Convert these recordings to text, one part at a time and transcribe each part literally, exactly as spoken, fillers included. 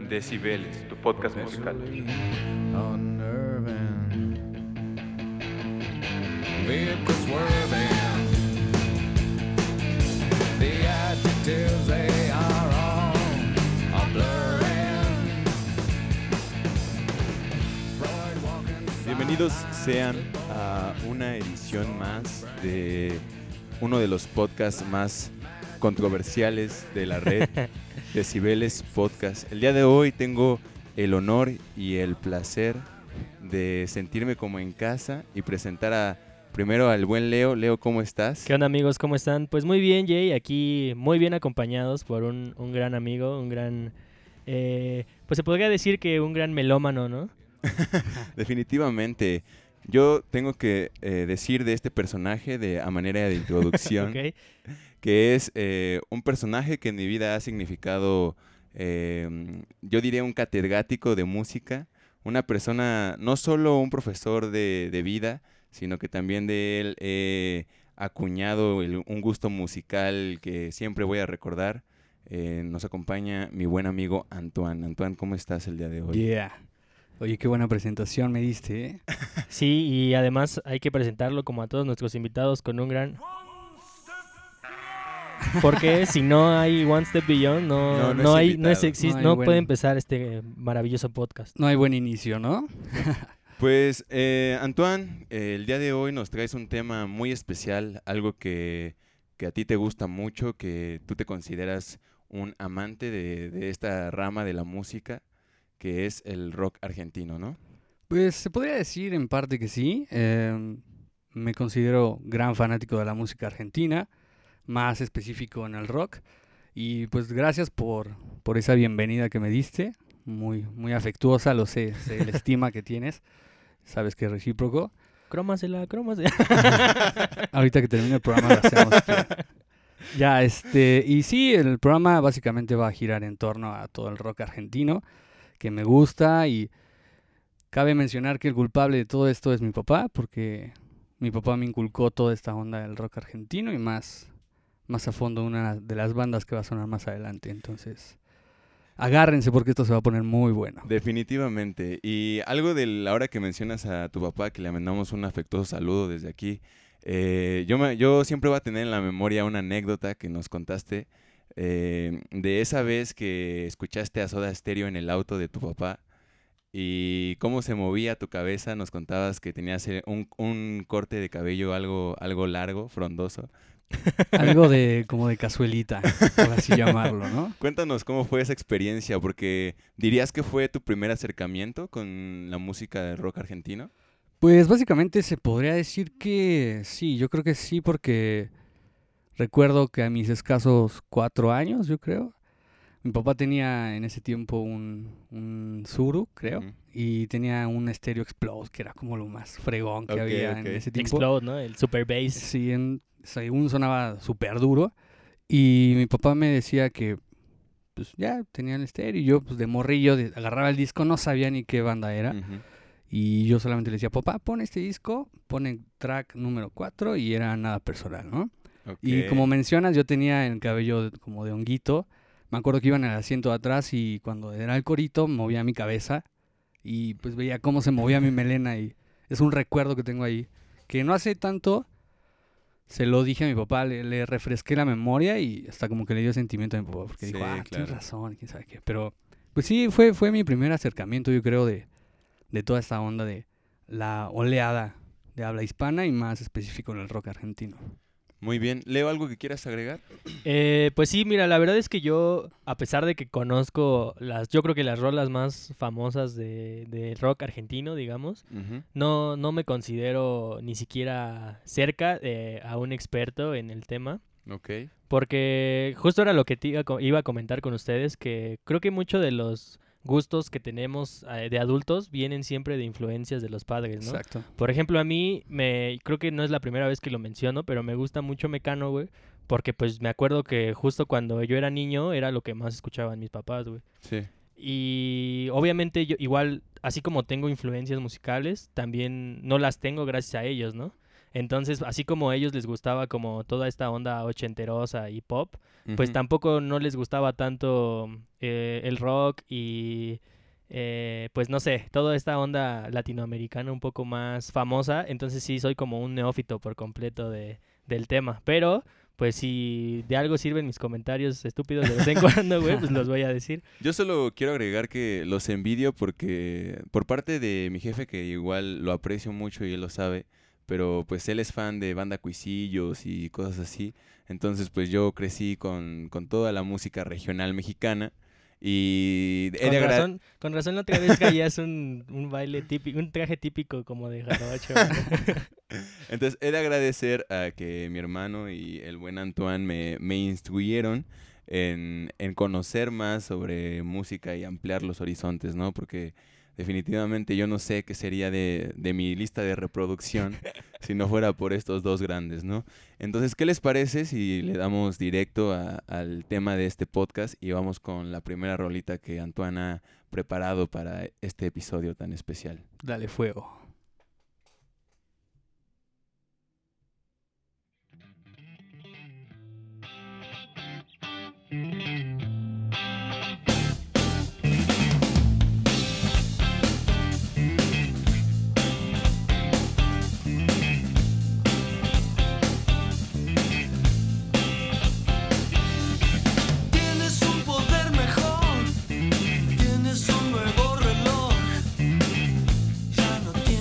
Decibeles, tu podcast musical. Unnerving. Vehicle swerving. The adjectives they are all are blurring. Freud walking beside- Bienvenidos sean a una edición más de uno de los podcasts más controversiales de la red, Decibeles Podcast. El día de hoy tengo el honor y el placer de sentirme como en casa y presentar a primero al buen Leo. Leo, ¿cómo estás? ¿Qué onda, amigos? ¿Cómo están? Pues muy bien, Jay, aquí muy bien acompañados por un, un gran amigo, un gran, eh, pues se podría decir que un gran melómano, ¿no? Definitivamente. Yo tengo que eh, decir de este personaje de, a manera de introducción, Ok. que es eh, un personaje que en mi vida ha significado, eh, yo diría un catedrático de música, una persona, no solo un profesor de, de vida, sino que también de él he acuñado el- un gusto musical que siempre voy a recordar. Eh, nos acompaña mi buen amigo Antoine. Antoine, ¿cómo estás el día de hoy? Yeah. Oye, qué buena presentación me diste, ¿eh? Sí, y además hay que presentarlo como a todos nuestros invitados con un gran... Porque si no hay One Step Beyond, no, No, no, no es hay, no, invitado. es exist- No hay no buen- puede empezar este maravilloso podcast. No hay buen inicio, ¿no? Pues, eh, Antoine, eh, el día de hoy nos traes un tema muy especial, algo que, que a ti te gusta mucho, que tú te consideras un amante de, de esta rama de la música, que es el rock argentino, ¿no? Pues se podría decir en parte que sí. Eh, me considero gran fanático de la música argentina, más específico en el rock. Y pues gracias por, por esa bienvenida que me diste. Muy, muy afectuosa, lo sé, sé la estima que tienes. Sabes que es recíproco. Crómasela, crómasela. Ahorita que termine el programa lo hacemos. Ya. Ya, este, y sí, el programa básicamente va a girar en torno a todo el rock argentino, que me gusta, y cabe mencionar que el culpable de todo esto es mi papá, porque mi papá me inculcó toda esta onda del rock argentino y más, más a fondo una de las bandas que va a sonar más adelante. Entonces, agárrense porque esto se va a poner muy bueno. Definitivamente. Y algo de la hora que mencionas a tu papá, que le mandamos un afectuoso saludo desde aquí, eh, yo, me- yo siempre voy a tener en la memoria una anécdota que nos contaste eh, de esa vez que escuchaste a Soda Stereo en el auto de tu papá y cómo se movía tu cabeza. Nos contabas que tenías eh, un, un corte de cabello algo, algo largo, frondoso. Algo de como de cazuelita, por así llamarlo, ¿no? Cuéntanos cómo fue esa experiencia, porque ¿dirías que fue tu primer acercamiento con la música de rock argentino? Pues básicamente se podría decir que sí, yo creo que sí, porque recuerdo que a mis escasos cuatro años, yo creo, mi papá tenía en ese tiempo un, un Tsuru, creo, Ujú. y tenía un estéreo Explode, que era como lo más fregón que Ok, había ok. en ese tiempo. Explode, ¿no? El super bass. Sí, en- según sonaba súper duro, y mi papá me decía que pues ya tenía el estéreo, y yo pues de morrillo de- agarraba el disco, no sabía ni qué banda era. Ujú. Y yo solamente le decía, papá, pon este disco, pon el track número cuatro, y era nada personal, ¿no? Y Ok. como mencionas, yo tenía el cabello de- como de honguito. Me acuerdo que iba en el asiento de atrás y cuando era el corito movía mi cabeza y pues veía cómo se movía mi melena, y es un recuerdo que tengo ahí. Que no hace tanto se lo dije a mi papá, le, le refresqué la memoria y hasta como que le dio sentimiento a mi papá porque Sí, dijo, ah, tienes claro. razón, quién sabe qué. Pero pues sí, fue, fue mi primer acercamiento, yo creo, de, de toda esta onda de la oleada de habla hispana y más específico en el rock argentino. Muy bien. Leo, ¿algo que quieras agregar? Eh, pues sí, mira, la verdad es que yo, a pesar de que conozco las, yo creo que las rolas más famosas de, de rock argentino, digamos, Ujú. no, no me considero ni siquiera cerca eh, a un experto en el tema, Ok. porque justo era lo que te iba, a co- iba a comentar con ustedes, que creo que mucho de los gustos que tenemos eh, de adultos vienen siempre de influencias de los padres, ¿no? Exacto. Por ejemplo, a mí, me creo que no es la primera vez que lo menciono, pero me gusta mucho Mecano, güey. Porque pues me acuerdo que justo cuando yo era niño era lo que más escuchaban mis papás, güey. Sí. Y obviamente yo igual, así como tengo influencias musicales, también no las tengo gracias a ellos, ¿no? Entonces, así como a ellos les gustaba como toda esta onda ochenterosa y pop, pues Ujú. tampoco no les gustaba tanto eh, el rock y eh, pues no sé, toda esta onda latinoamericana un poco más famosa. Entonces sí, soy como un neófito por completo de, del tema. Pero pues si de algo sirven mis comentarios estúpidos de vez en cuando, güey, pues los voy a decir. Yo solo quiero agregar que los envidio porque por parte de mi jefe, que igual lo aprecio mucho y él lo sabe, pero pues él es fan de Banda Cuisillos y cosas así. Entonces pues yo crecí con, con toda la música regional mexicana y he Con de agra- razón, con razón la otra vez caías un, un baile típico, un traje típico como de jarocho. güey. Entonces he de agradecer a que mi hermano y el buen Antoine me, me instruyeron en, en conocer más sobre música y ampliar los horizontes, ¿no? Porque definitivamente yo no sé qué sería de, de mi lista de reproducción si no fuera por estos dos grandes, ¿no? Entonces, ¿qué les parece si le damos directo a- al tema de este podcast y vamos con la primera rolita que Antoine ha preparado para este episodio tan especial? Dale fuego. Tienes un poder mejor, tienes un nuevo reloj, ya no tienes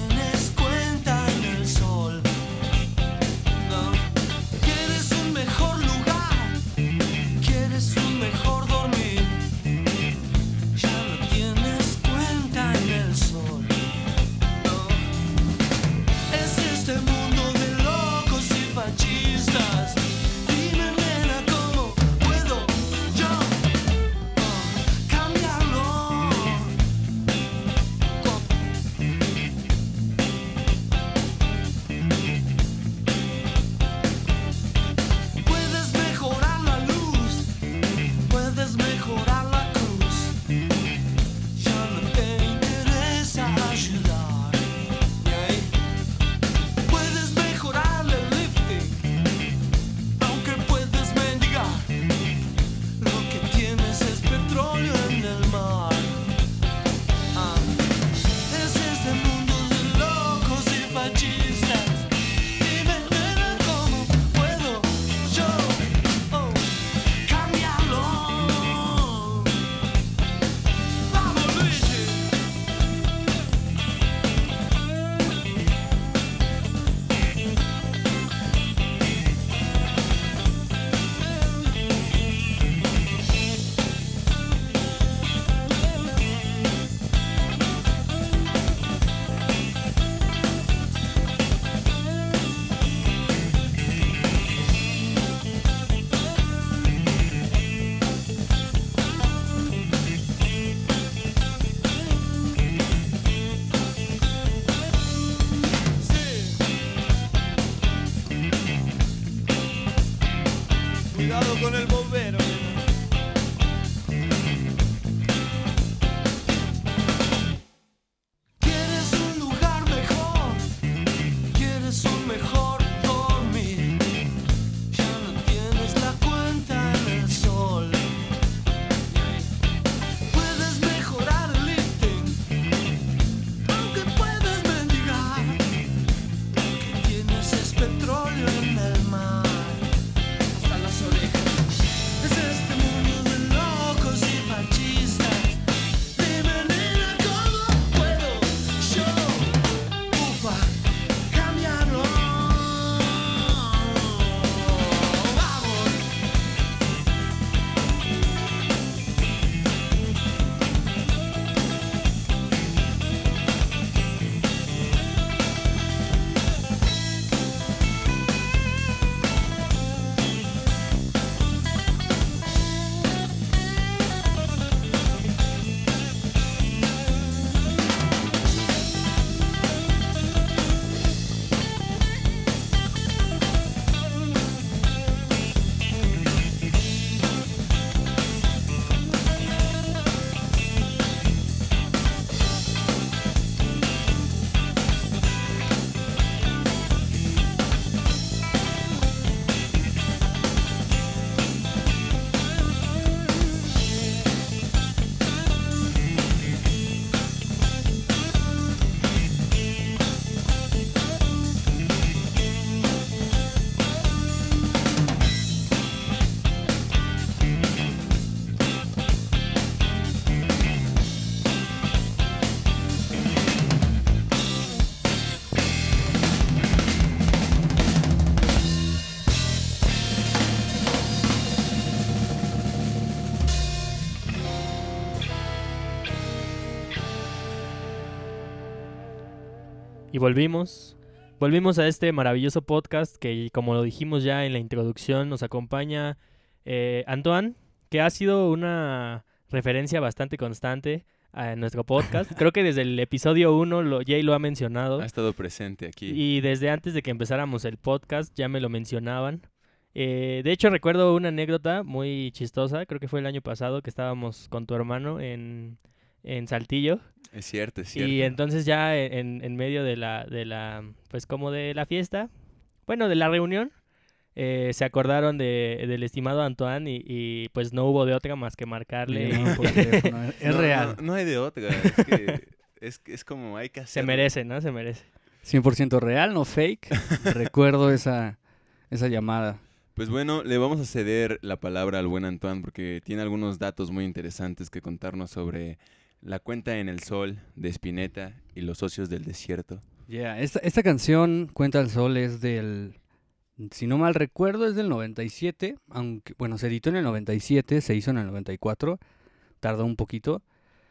Y volvimos. Volvimos a este maravilloso podcast que, como lo dijimos ya en la introducción, nos acompaña eh, Antoine, que ha sido una referencia bastante constante a nuestro podcast. Creo que desde el episodio uno lo, Jay lo ha mencionado. Ha estado presente aquí. Y desde antes de que empezáramos el podcast ya me lo mencionaban. Eh, de hecho, recuerdo una anécdota muy chistosa. Creo que fue el año pasado que estábamos con tu hermano en, en Saltillo. Es cierto, es cierto. Y entonces ya en, en medio de la, de la, pues como de la fiesta, bueno, de la reunión, eh, se acordaron de, del estimado Antoine y, y pues no hubo de otra más que marcarle. Le y llamaron por teléfono, Es No, real. No, no hay de otra. Es que es, es como hay que se hacerlo. merece, ¿no? Se merece. cien por ciento real, no fake. Recuerdo esa, esa llamada. Pues bueno, le vamos a ceder la palabra al buen Antoine porque tiene algunos datos muy interesantes que contarnos sobre La cuenta en el sol de Spinetta y Los socios del desierto. Yeah, esta, esta canción, Cuenta el Sol, es del, si no mal recuerdo, es del noventa y siete, aunque, bueno, se editó en el noventa y siete, se hizo en el noventa y cuatro, tardó un poquito.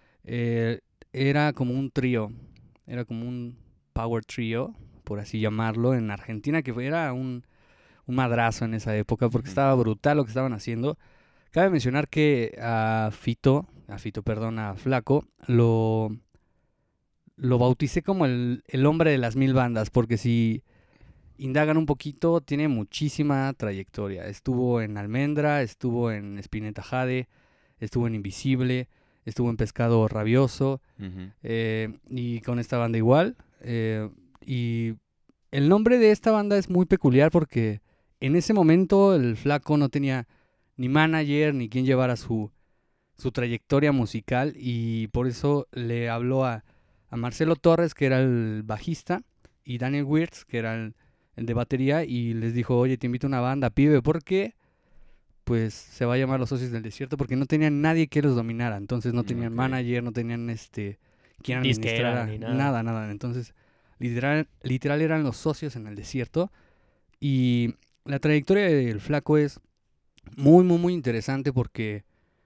Eh, era como un trío, era como un power trio, por así llamarlo, en Argentina, que era un, un madrazo en esa época, porque Ujú. estaba brutal lo que estaban haciendo. Cabe mencionar que a Fito, a Fito, perdón, a Flaco, lo... lo bauticé como el, el hombre de las mil bandas, porque si indagan un poquito, tiene muchísima trayectoria. Estuvo en Almendra, estuvo en Spinetta Jade, estuvo en Invisible, estuvo en Pescado Rabioso, Ujú. eh, y con esta banda igual. eh, y el nombre de esta banda es muy peculiar porque en ese momento el Flaco no tenía ni manager, ni quien llevara su, su trayectoria musical, y por eso le habló a a Marcelo Torres, que era el bajista, y Daniel Wirtz, que era el, el de batería, y les dijo, oye, te invito a una banda, pibe, porque pues se va a llamar Los Socios del Desierto, porque no tenían nadie que los dominara, entonces no tenían Ok. manager, no tenían este quien Disquera, administrara, ni nada. nada, nada, entonces literal, literal eran los socios en el desierto, y la trayectoria del Flaco es muy, muy, muy interesante porque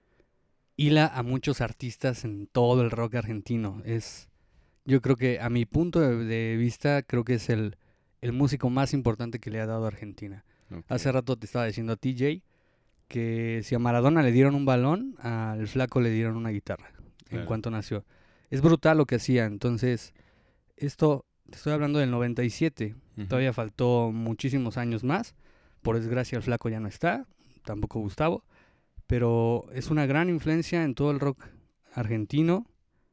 hila a muchos artistas en todo el rock argentino, es... Yo creo que a mi punto de, de vista, creo que es el, el músico más importante que le ha dado a Argentina. Ok. Hace rato te estaba diciendo a T J que si a Maradona le dieron un balón, al Flaco le dieron una guitarra en Claro. cuanto nació. Es brutal lo que hacía. Entonces, esto, te estoy hablando del noventa y siete. Ujú. Todavía faltó muchísimos años más. Por desgracia, el Flaco ya no está, tampoco Gustavo. Pero es una gran influencia en todo el rock argentino.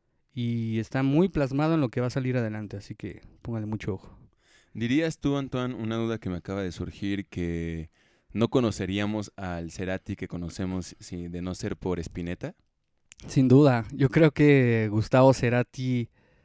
Y está muy plasmado en lo que va a salir adelante, así que póngale mucho ojo. ¿Dirías tú, Antoine, una duda que me acaba de surgir, que no conoceríamos al Cerati que conocemos si de no ser por Spinetta? Sin duda, yo creo que Gustavo Cerati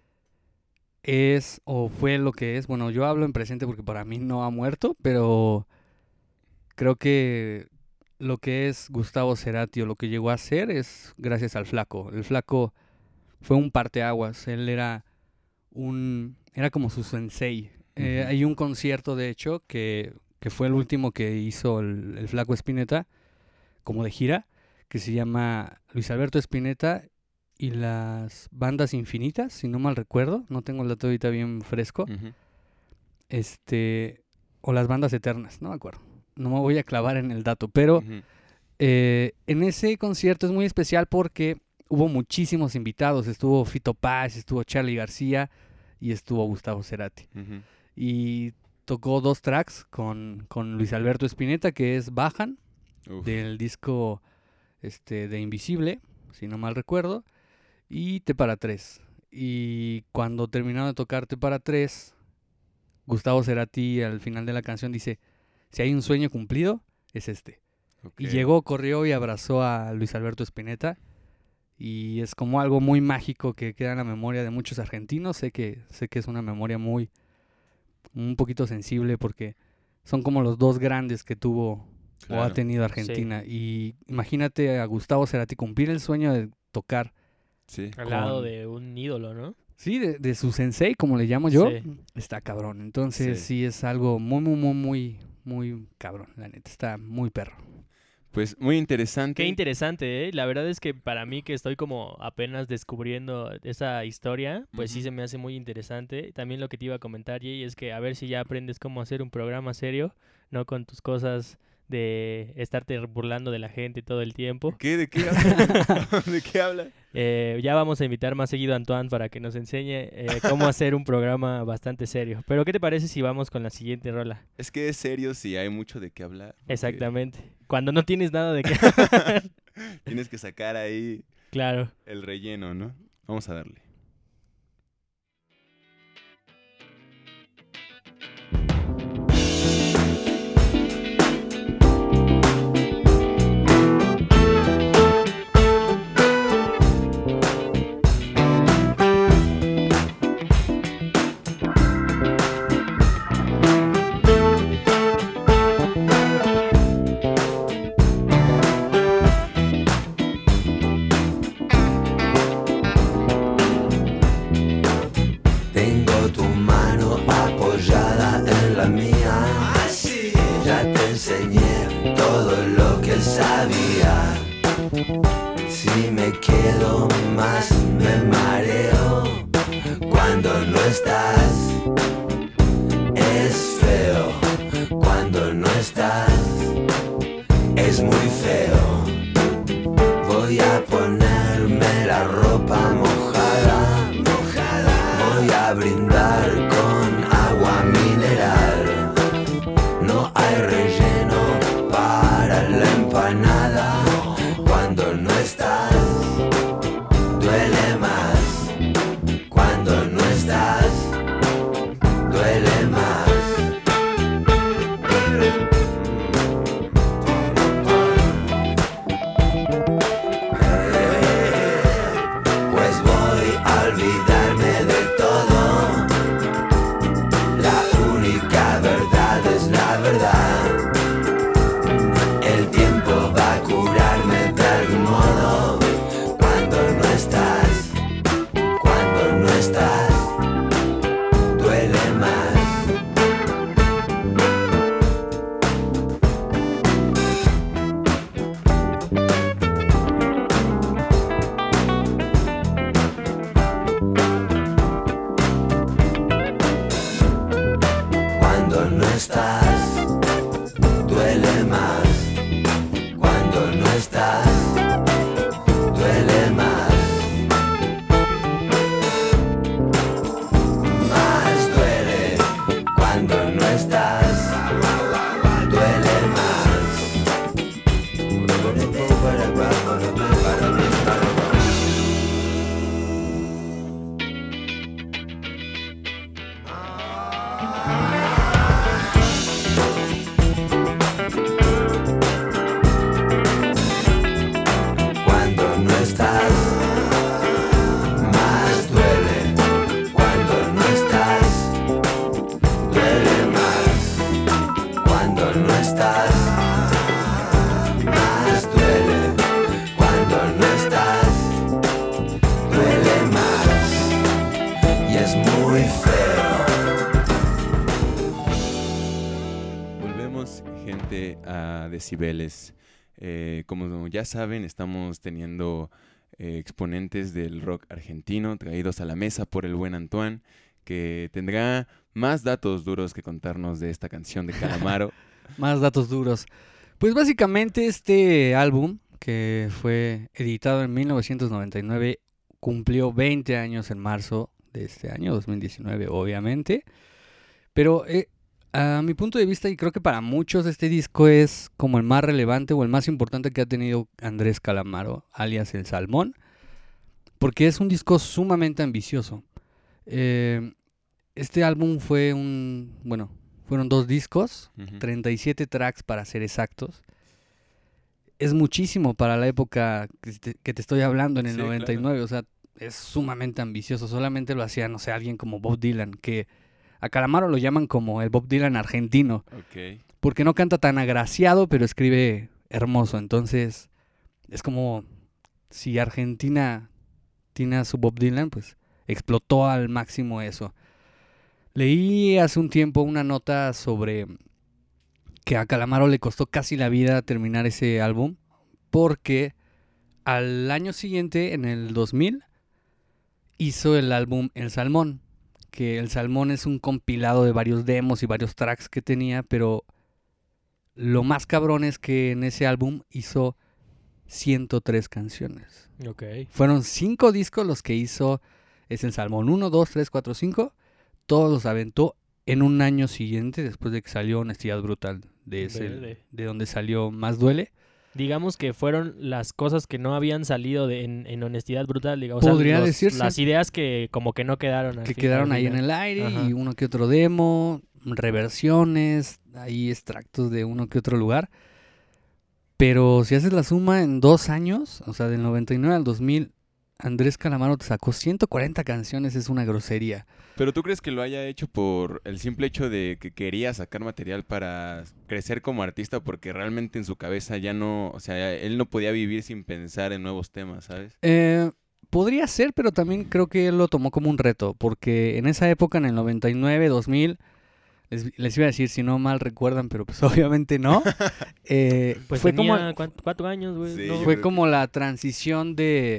es o fue lo que es. Bueno, yo hablo en presente porque para mí no ha muerto, pero creo que lo que es Gustavo Cerati o lo que llegó a ser es gracias al Flaco. El Flaco fue un parteaguas, él era un era como su sensei. Eh, Ujú. hay un concierto, de hecho, que, que fue el último que hizo el, el Flaco Spinetta, como de gira, que se llama Luis Alberto Spinetta y las bandas infinitas, si no mal recuerdo, no tengo el dato ahorita bien fresco, Ujú. este o las bandas eternas, no me acuerdo, no me voy a clavar en el dato, pero Ujú. eh, en ese concierto es muy especial porque hubo muchísimos invitados, estuvo Fito Páez, estuvo Charly García y estuvo Gustavo Cerati. Ujú. Y tocó dos tracks con, con Luis Alberto Spinetta, que es Bajan, Uf. del disco este, de Invisible, si no mal recuerdo, y T para tres. Y cuando terminaron de tocar T para tres, Gustavo Cerati al final de la canción dice, si hay un sueño cumplido, es este. Ok. Y llegó, corrió y abrazó a Luis Alberto Spinetta. Y es como algo muy mágico que queda en la memoria de muchos argentinos. Sé que, sé que es una memoria muy, un poquito sensible porque son como los dos grandes que tuvo o ha Claro. tenido Argentina. Y imagínate a Gustavo Cerati cumplir el sueño de tocar, Sí. Al lado Con- de un ídolo, ¿no? sí, de, de su sensei, como le llamo yo, Sí. está cabrón. Entonces Sí. sí es algo muy, muy, muy, muy, muy cabrón, la neta. Está muy perro. Pues muy interesante. Qué interesante, ¿eh? La verdad es que para mí que estoy como apenas descubriendo esa historia, pues sí Ujú. se me hace muy interesante. También lo que te iba a comentar, Jay, es que a ver si ya aprendes cómo hacer un programa serio, no con tus cosas de estarte burlando de la gente todo el tiempo. ¿Qué? ¿De qué habla? ¿De qué habla? Eh, ya vamos a invitar más seguido a Antoine para que nos enseñe eh, cómo hacer un programa bastante serio. Pero ¿qué te parece si vamos con la siguiente rola? Es que es serio si hay mucho de qué hablar. porque Exactamente. Cuando no tienes nada de qué hablar. Tienes que sacar ahí Claro. el relleno, ¿no? Vamos a darle. Tengo tu mano apoyada en la mía. Ya te enseñé todo lo que sabía. Si me quedo más me mareo. Cuando no estás es feo. Cuando no estás es muy feo. Voy a ponerme la ropa mojada. Voy a brindar con agua mineral. No hay relleno para la empanada. Cuando no estás, duele más. Cuando no estás, duele más. Pues voy a olvidarme de todo. La única verdad es la verdad. El tiempo va a curarme de algún modo. Cuando no estás, cuando no estás, duele más. Cuando no estás, duele más. Cuando no estás, duele más. Más duele. Cuando no estás, duele más. Cuando no estás, más duele. Cuando no estás, duele más. Cuando no estás, más duele. Cuando no estás, duele más. Y es muy feo. Volvemos, gente, a Decibeles. Eh, como ya saben, estamos teniendo eh, exponentes del rock argentino traídos a la mesa por el buen Antoine, que tendrá más datos duros que contarnos de esta canción de Calamaro. Más datos duros. Pues básicamente este álbum, que fue editado en mil novecientos noventa y nueve, cumplió veinte años en marzo de este año, dos mil diecinueve, obviamente. Pero eh, a mi punto de vista, y creo que para muchos, este disco es como el más relevante o el más importante que ha tenido Andrés Calamaro, alias El Salmón, porque es un disco sumamente ambicioso. Eh, este álbum fue un, bueno, fueron dos discos, Ujú. treinta y siete tracks para ser exactos. Es muchísimo para la época que te, que te estoy hablando en el Sí, noventa y nueve, o sea, es sumamente ambicioso. Solamente lo hacía, no sé, alguien como Bob Dylan, que a Calamaro lo llaman como el Bob Dylan argentino, Ok. porque no canta tan agraciado, pero escribe hermoso. Entonces, es como si Argentina tiene a su Bob Dylan, pues explotó al máximo eso. Leí hace un tiempo una nota sobre que a Calamaro le costó casi la vida terminar ese álbum, porque al año siguiente, en el dos mil, hizo el álbum El Salmón, que El Salmón es un compilado de varios demos y varios tracks que tenía, pero lo más cabrón es que en ese álbum hizo ciento tres canciones. Ok. Fueron cinco discos los que hizo, es El Salmón, uno, dos, tres, cuatro, cinco, todos los aventó en un año siguiente, después de que salió Honestidad Brutal, de, ese, Verde. de donde salió Más Duele. Digamos que fueron las cosas que no habían salido de, en, en Honestidad Brutal. Digamos, o sea, Podría los- decirse. Las ideas que como que no quedaron. al Que fin- quedaron al ahí en final. el aire Ajá. y uno que otro demo, reversiones, ahí extractos de uno que otro lugar. Pero si haces la suma en dos años, o sea, del noventa y nueve al dos mil, Andrés Calamaro te sacó ciento cuarenta canciones, es una grosería. ¿Pero tú crees que lo haya hecho por el simple hecho de que quería sacar material para crecer como artista? Porque realmente en su cabeza ya no, o sea, él no podía vivir sin pensar en nuevos temas, ¿sabes? Eh, podría ser, pero también creo que él lo tomó como un reto, porque en esa época, en el noventa y nueve, dos mil, les, les iba a decir si no mal recuerdan, pero pues obviamente no. eh, Pues fue tenía como cuan- cuatro años, güey. Sí, ¿no? yo fue creo como que- la transición de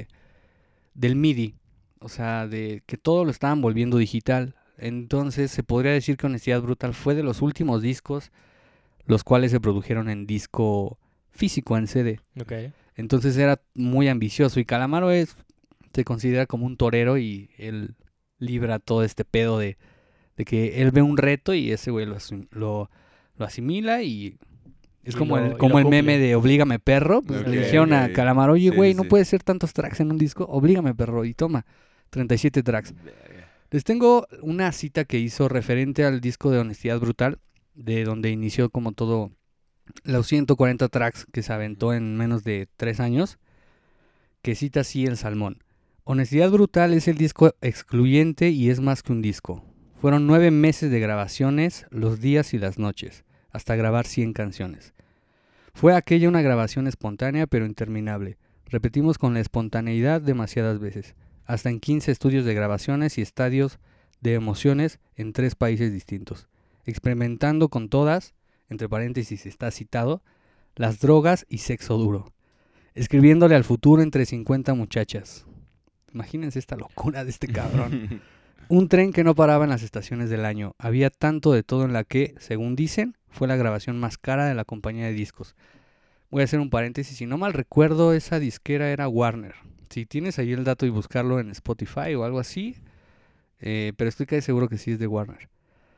del M I D I, o sea, de que todo lo estaban volviendo digital. Entonces se podría decir que Honestidad Brutal fue de los últimos discos los cuales se produjeron en disco físico, en C D. Ok. Entonces era muy ambicioso y Calamaro es se considera como un torero y él libra todo este pedo de, de que él ve un reto y ese güey lo, asim- lo, lo asimila y es Y como lo- el, y como lo el meme cumple. de Oblígame Perro. Pues Ok, le dijeron a ok. Calamaro, oye Sí, güey, sí, no sí. puede ser tantos tracks en un disco, Oblígame Perro, y toma, treinta y siete tracks. Verga. Les tengo una cita que hizo referente al disco de Honestidad Brutal, de donde inició como todo los ciento cuarenta tracks que se aventó en menos de tres años, que cita así El Salmón. Honestidad Brutal es el disco excluyente y es más que un disco. Fueron nueve meses de grabaciones, los días y las noches, hasta grabar cien canciones. Fue aquella una grabación espontánea pero interminable. Repetimos con la espontaneidad demasiadas veces, hasta en quince estudios de grabaciones y estadios de emociones en tres países distintos, experimentando con todas, entre paréntesis está citado, las drogas y sexo duro, escribiéndole al futuro entre cincuenta muchachas. Imagínense esta locura de este cabrón. Un tren que no paraba en las estaciones del año. Había tanto de todo en la que, según dicen, fue la grabación más cara de la compañía de discos. Voy a hacer un paréntesis. Si no mal recuerdo, esa disquera era Warner. Si tienes ahí el dato y buscarlo en Spotify o algo así, eh, pero estoy casi seguro que sí es de Warner.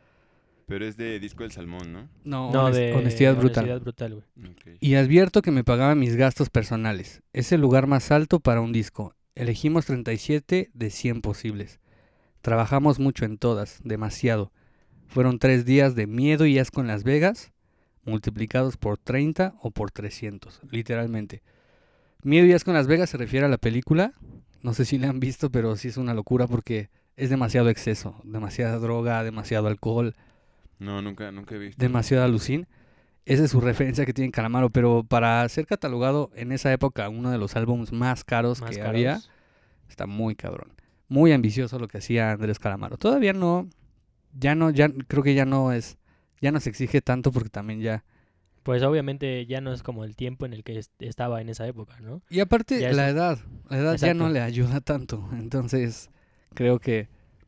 Pero es de Disco del Salmón, ¿no? No, No, honest- de honestidad brutal. Honestidad Brutal, güey. Ok. Y advierto que me pagaba mis gastos personales. Es el lugar más alto para un disco. Elegimos treinta y siete de cien posibles. Trabajamos mucho en todas, demasiado. Fueron tres días de miedo y asco en Las Vegas, multiplicados por treinta o por trescientos, literalmente. Miedo y asco en Las Vegas se refiere a la película. No sé si la han visto, pero sí es una locura porque es demasiado exceso. Demasiada droga, demasiado alcohol, No, nunca, nunca he visto. demasiado alucín. Esa es su referencia que tiene Calamaro, pero para ser catalogado en esa época uno de los álbumes más caros Más que caros. había, está muy cabrón. Muy ambicioso lo que hacía Andrés Calamaro. Todavía no, ya no, ya creo que ya no es, ya no se exige tanto porque también ya... Pues obviamente ya no es como el tiempo en el que est- estaba en esa época, ¿no? Y aparte Ya es la un- edad, la edad ya no Exacto. le ayuda tanto. Entonces creo que,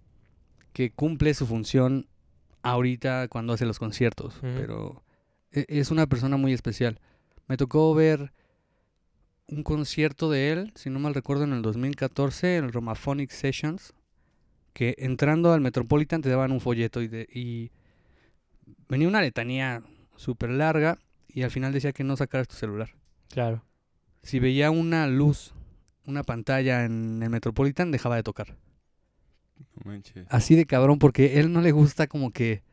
que cumple su función ahorita cuando hace los conciertos. Ujú. Pero e- es una persona muy especial. Me tocó ver un concierto de él, si no mal recuerdo, en el dos mil catorce, en el Romaphonic Sessions, que entrando al Metropolitan te daban un folleto y, de- y venía una letanía súper larga y al final decía que no sacaras tu celular. Claro. Si veía una luz, una pantalla en el Metropolitan, dejaba de tocar. No manches. Así de cabrón, porque él no le gusta como que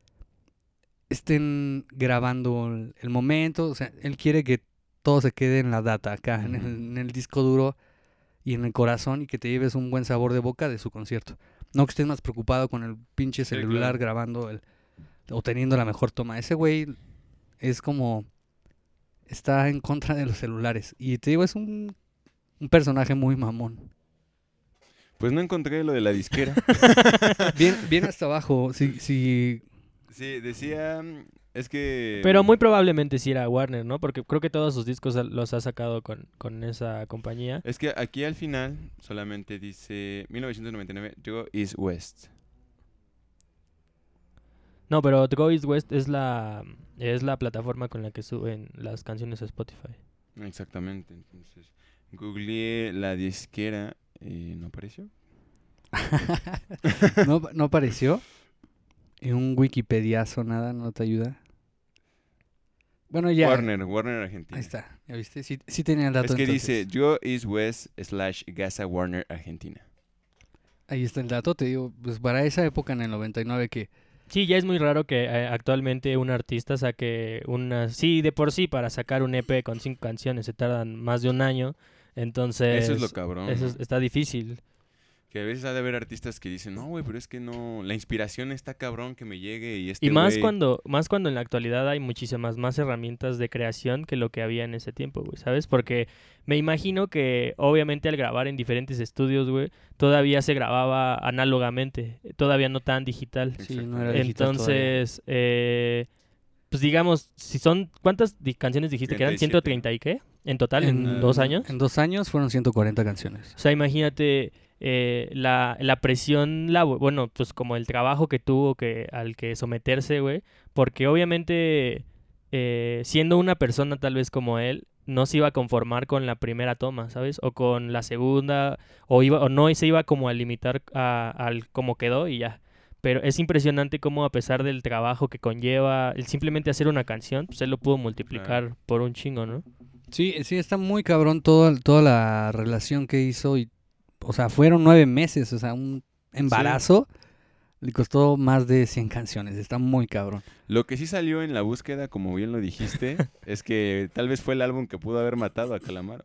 estén grabando el, el momento. O sea, él quiere que todo se quede en la data, acá, en el, en el disco duro y en el corazón, y que te lleves un buen sabor de boca de su concierto. No que estés más preocupado con el pinche Sí, celular claro. grabando el, o teniendo la mejor toma. Ese güey es como... está en contra de los celulares. Y te digo, es un, un personaje muy mamón. Pues no encontré lo de la disquera. Bien, bien hasta abajo. Si, si Sí, decía mm, Es que... Pero muy probablemente sí era Warner, ¿no? Porque creo que todos sus discos a- los ha sacado con, con esa compañía. Es que aquí al final solamente dice mil novecientos noventa y nueve, Go East West. No, pero The Go East West es la, es la plataforma con la que suben las canciones a Spotify. Exactamente, entonces googleé la disquera y no apareció. ¿No, ¿No apareció? En un Wikipediazo nada, ¿no te ayuda? Bueno, ya. Warner, Warner Argentina. Ahí está, ¿ya viste? Sí, sí tenía el dato. Es que entonces. dice Go East West slash Gaza Warner Argentina. Ahí está el dato, te digo, pues para esa época en el noventa y nueve que... Sí, ya es muy raro que eh, actualmente un artista saque una... Sí, de por sí, para sacar un E P con cinco canciones se tardan más de un año. Entonces... Eso es lo cabrón. eso ¿no? es- está difícil. Que a veces ha de haber artistas que dicen, no, güey, pero es que no, la inspiración está cabrón que me llegue y este Y más güey-". cuando, más cuando en la actualidad hay muchísimas más herramientas de creación que lo que había en ese tiempo, güey, ¿sabes? Porque me imagino que obviamente al grabar en diferentes estudios, güey, todavía se grababa análogamente, todavía no tan digital. Sí, Exacto. no era digital todavía. Entonces, eh, pues digamos, si son, ¿cuántas di- canciones dijiste que eran? treinta y siete, ¿ciento treinta y qué? ¿En total? ¿En, En- dos años? En dos años fueron ciento cuarenta canciones. O sea, imagínate eh, la, la presión, la, bueno, pues como el trabajo que tuvo que al que someterse, güey, porque obviamente eh, siendo una persona tal vez como él, no se iba a conformar con la primera toma, ¿sabes? O con la segunda, o iba o no se iba como a limitar a, al cómo quedó y ya. Pero es impresionante cómo a pesar del trabajo que conlleva el simplemente hacer una canción, pues él lo pudo multiplicar por un chingo, ¿no? Sí, sí, está muy cabrón todo, toda la relación que hizo y, o sea, fueron nueve meses, o sea, un embarazo le costó más de cien canciones, está muy cabrón. Lo que sí salió en la búsqueda, como bien lo dijiste, es que tal vez fue el álbum que pudo haber matado a Calamaro.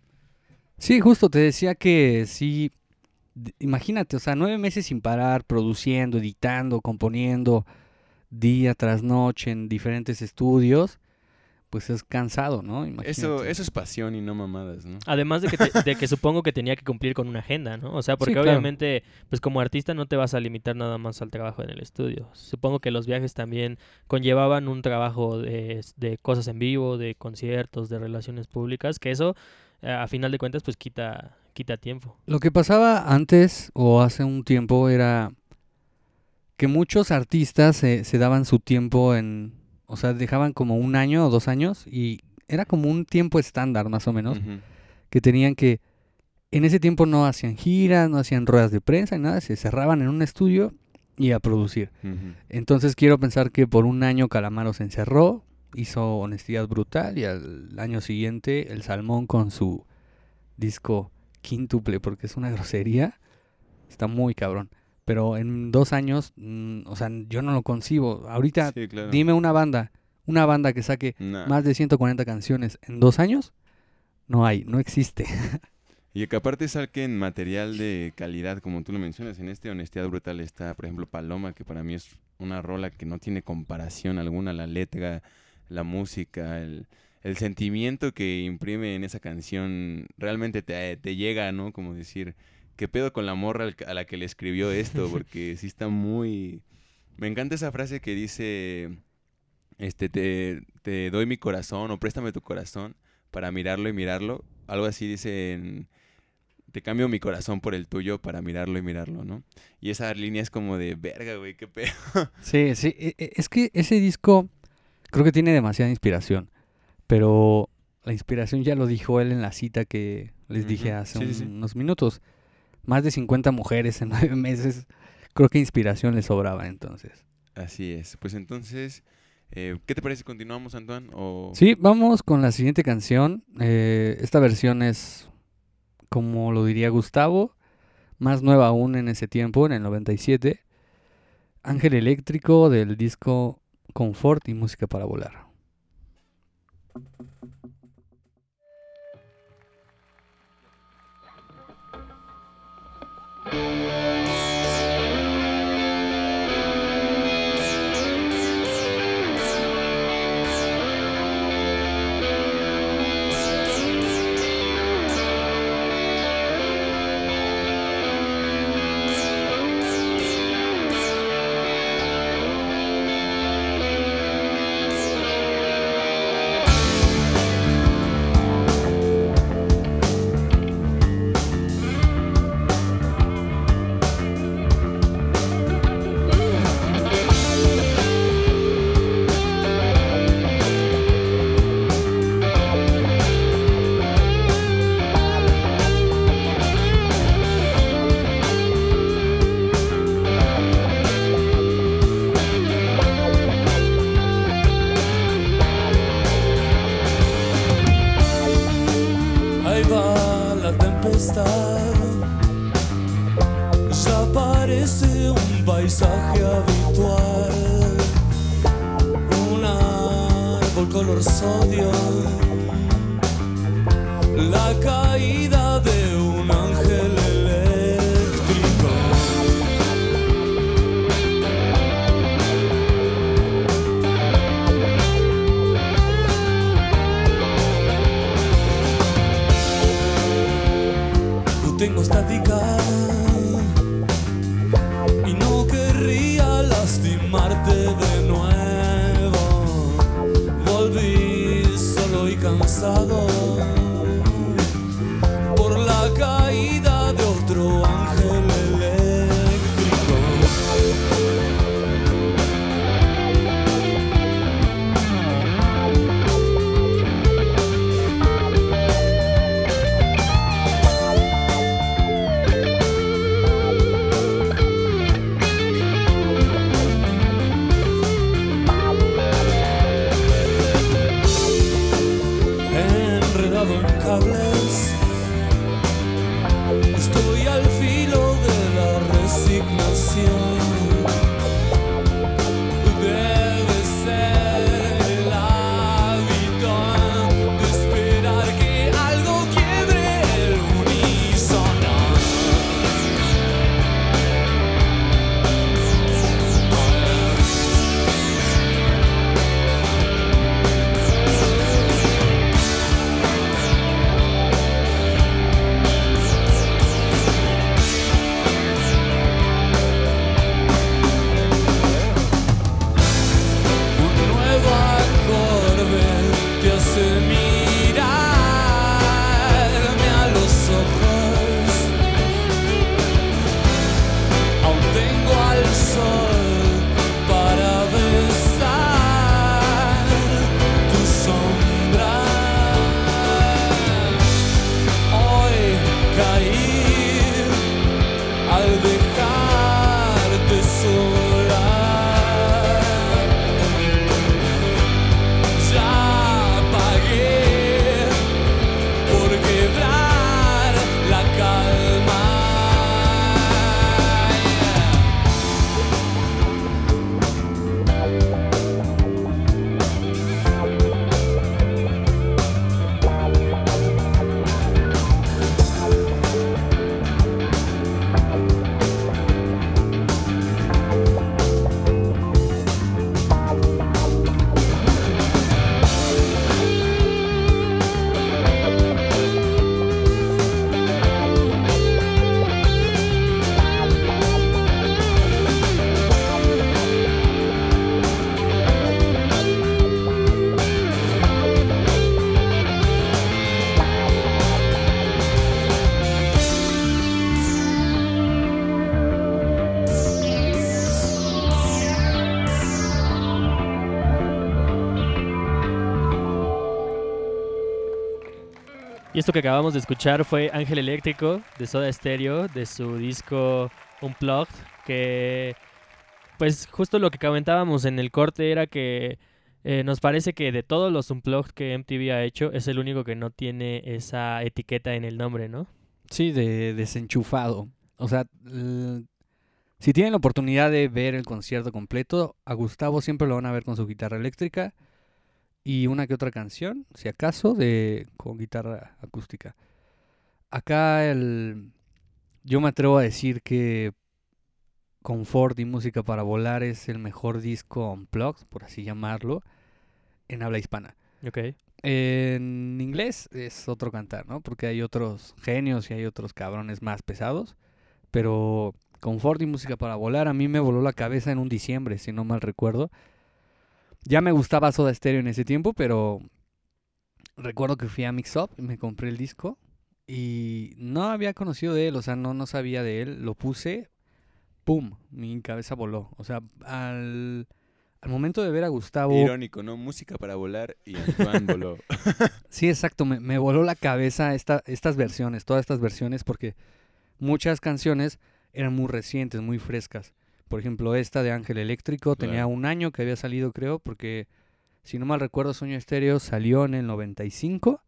Sí, justo, te decía que sí, d- imagínate, o sea, nueve meses sin parar, produciendo, editando, componiendo, día tras noche en diferentes estudios, pues es cansado, ¿no? Imagínate. Eso, eso es pasión y no mamadas, ¿no? Además de que, te- de que supongo que tenía que cumplir con una agenda, ¿no? O sea, porque claro. obviamente, pues como artista no te vas a limitar nada más al trabajo en el estudio. Supongo que los viajes también conllevaban un trabajo de, de cosas en vivo, de conciertos, de relaciones públicas, que eso, eh, a final de cuentas, pues quita, quita tiempo. Lo que pasaba antes o hace un tiempo era que muchos artistas se, se daban su tiempo en, o sea, dejaban como un año o dos años y era como un tiempo estándar más o menos, Ujú. que tenían que, en ese tiempo no hacían giras, no hacían ruedas de prensa ni nada, se cerraban en un estudio y a producir. Ujú. Entonces quiero pensar que por un año Calamaro se encerró, hizo Honestidad Brutal y al año siguiente El Salmón con su disco quíntuple, porque es una grosería, está muy cabrón. Pero en dos años, mm, o sea, yo no lo concibo. Ahorita, Sí, claro. dime una banda, una banda que saque Nah. más de ciento cuarenta canciones en dos años, no hay, no existe. Y que aparte saquen material de calidad, como tú lo mencionas. En este Honestidad Brutal está, por ejemplo, Paloma, que para mí es una rola que no tiene comparación alguna. La letra, la música, el, el sentimiento que imprime en esa canción realmente te, te llega, ¿no? Como decir, ¿qué pedo con la morra al- a la que le escribió esto? Porque sí está muy... Me encanta esa frase que dice, este, te, te doy mi corazón o préstame tu corazón para mirarlo y mirarlo. Algo así dice en... Te cambio mi corazón por el tuyo para mirarlo y mirarlo, ¿no? Y esa línea es como de, verga, güey, qué pedo. Sí, sí, e- e- es que ese disco creo que tiene demasiada inspiración, pero la inspiración ya lo dijo él en la cita que les dije Ujú. hace Sí, un- sí, sí. unos minutos. Más de cincuenta mujeres en nueve meses, creo que inspiración le sobraba entonces. Así es. Pues entonces, eh, ¿qué te parece si continuamos, Antoine? O... Sí, vamos con la siguiente canción. Eh, esta versión es, como lo diría Gustavo, más nueva aún en ese tiempo, en el noventa y siete. Ángel Eléctrico del disco Confort y Música para Volar. Thank parece un paisaje habitual, un árbol color sodio, la caída de un ángel eléctrico. Tengo estática y no querría lastimarte de nuevo. Volví solo y cansado por la caída de otro ángel eléctrico. Enredado en cables, estoy al filo de la resignación. Debe ser el hábito de esperar que algo quiebre el unísono. Un nuevo acorde te hace mirarme a los ojos. Aún tengo al sol para besar tu sombra. Hoy caí al dejarte sola. Ya pagué por quebrar la calma. Y esto que acabamos de escuchar fue Ángel Eléctrico de Soda Stereo, de su disco Unplugged, que pues justo lo que comentábamos en el corte era que eh, nos parece que de todos los Unplugged que M T V ha hecho, es el único que no tiene esa etiqueta en el nombre, ¿no? Sí, de desenchufado. O sea, l- si tienen la oportunidad de ver el concierto completo, a Gustavo siempre lo van a ver con su guitarra eléctrica y una que otra canción, si acaso, de con guitarra acústica. Acá el, yo me atrevo a decir que Confort y Música para Volar es el mejor disco unplugged, por así llamarlo, en habla hispana. Ok. En inglés es otro cantar, ¿no? Porque hay otros genios y hay otros cabrones más pesados. Pero Confort y Música para Volar a mí me voló la cabeza en un diciembre, si no mal recuerdo. Ya me gustaba Soda Stereo en ese tiempo, pero recuerdo que fui a Mix Up y me compré el disco. Y no había conocido de él, o sea, no, no sabía de él. Lo puse, ¡pum! Mi cabeza voló. O sea, al, al momento de ver a Gustavo... Irónico, ¿no? Música para volar y Antoine voló. Sí, exacto, me, me voló la cabeza esta, estas versiones, todas estas versiones, porque muchas canciones eran muy recientes, muy frescas. Por ejemplo, esta de Ángel Eléctrico tenía Claro. un año que había salido, creo, porque si no mal recuerdo, Sueño Estéreo salió en el noventa y cinco.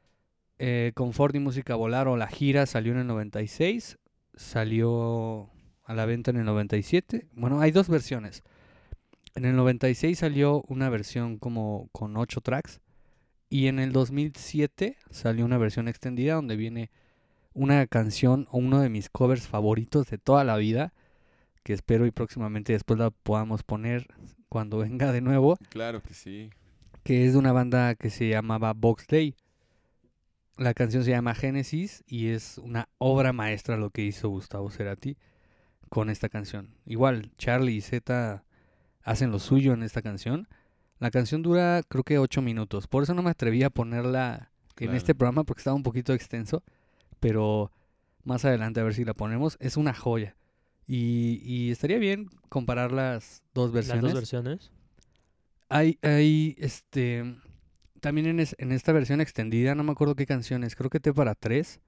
Eh, Confort y Música Volar o La Gira salió en el noventa y seis. Salió a la venta en el noventa y siete. Bueno, hay dos versiones. En el noventa y seis salió una versión como con ocho tracks. Y en el dos mil siete salió una versión extendida donde viene una canción o uno de mis covers favoritos de toda la vida, que espero y próximamente después la podamos poner cuando venga de nuevo, Claro que sí. que es de una banda que se llamaba Box Day. La canción se llama Génesis y es una obra maestra lo que hizo Gustavo Cerati con esta canción. Igual, Charlie y Zeta hacen lo suyo en esta canción. La canción dura creo que ocho minutos, por eso no me atreví a ponerla en Claro. este programa porque estaba un poquito extenso, pero más adelante a ver si la ponemos. Es una joya y, y estaría bien comparar las dos versiones. Las dos versiones. Hay, hay, este, también en, es- en esta versión extendida, no me acuerdo qué canciones, creo que T para tres,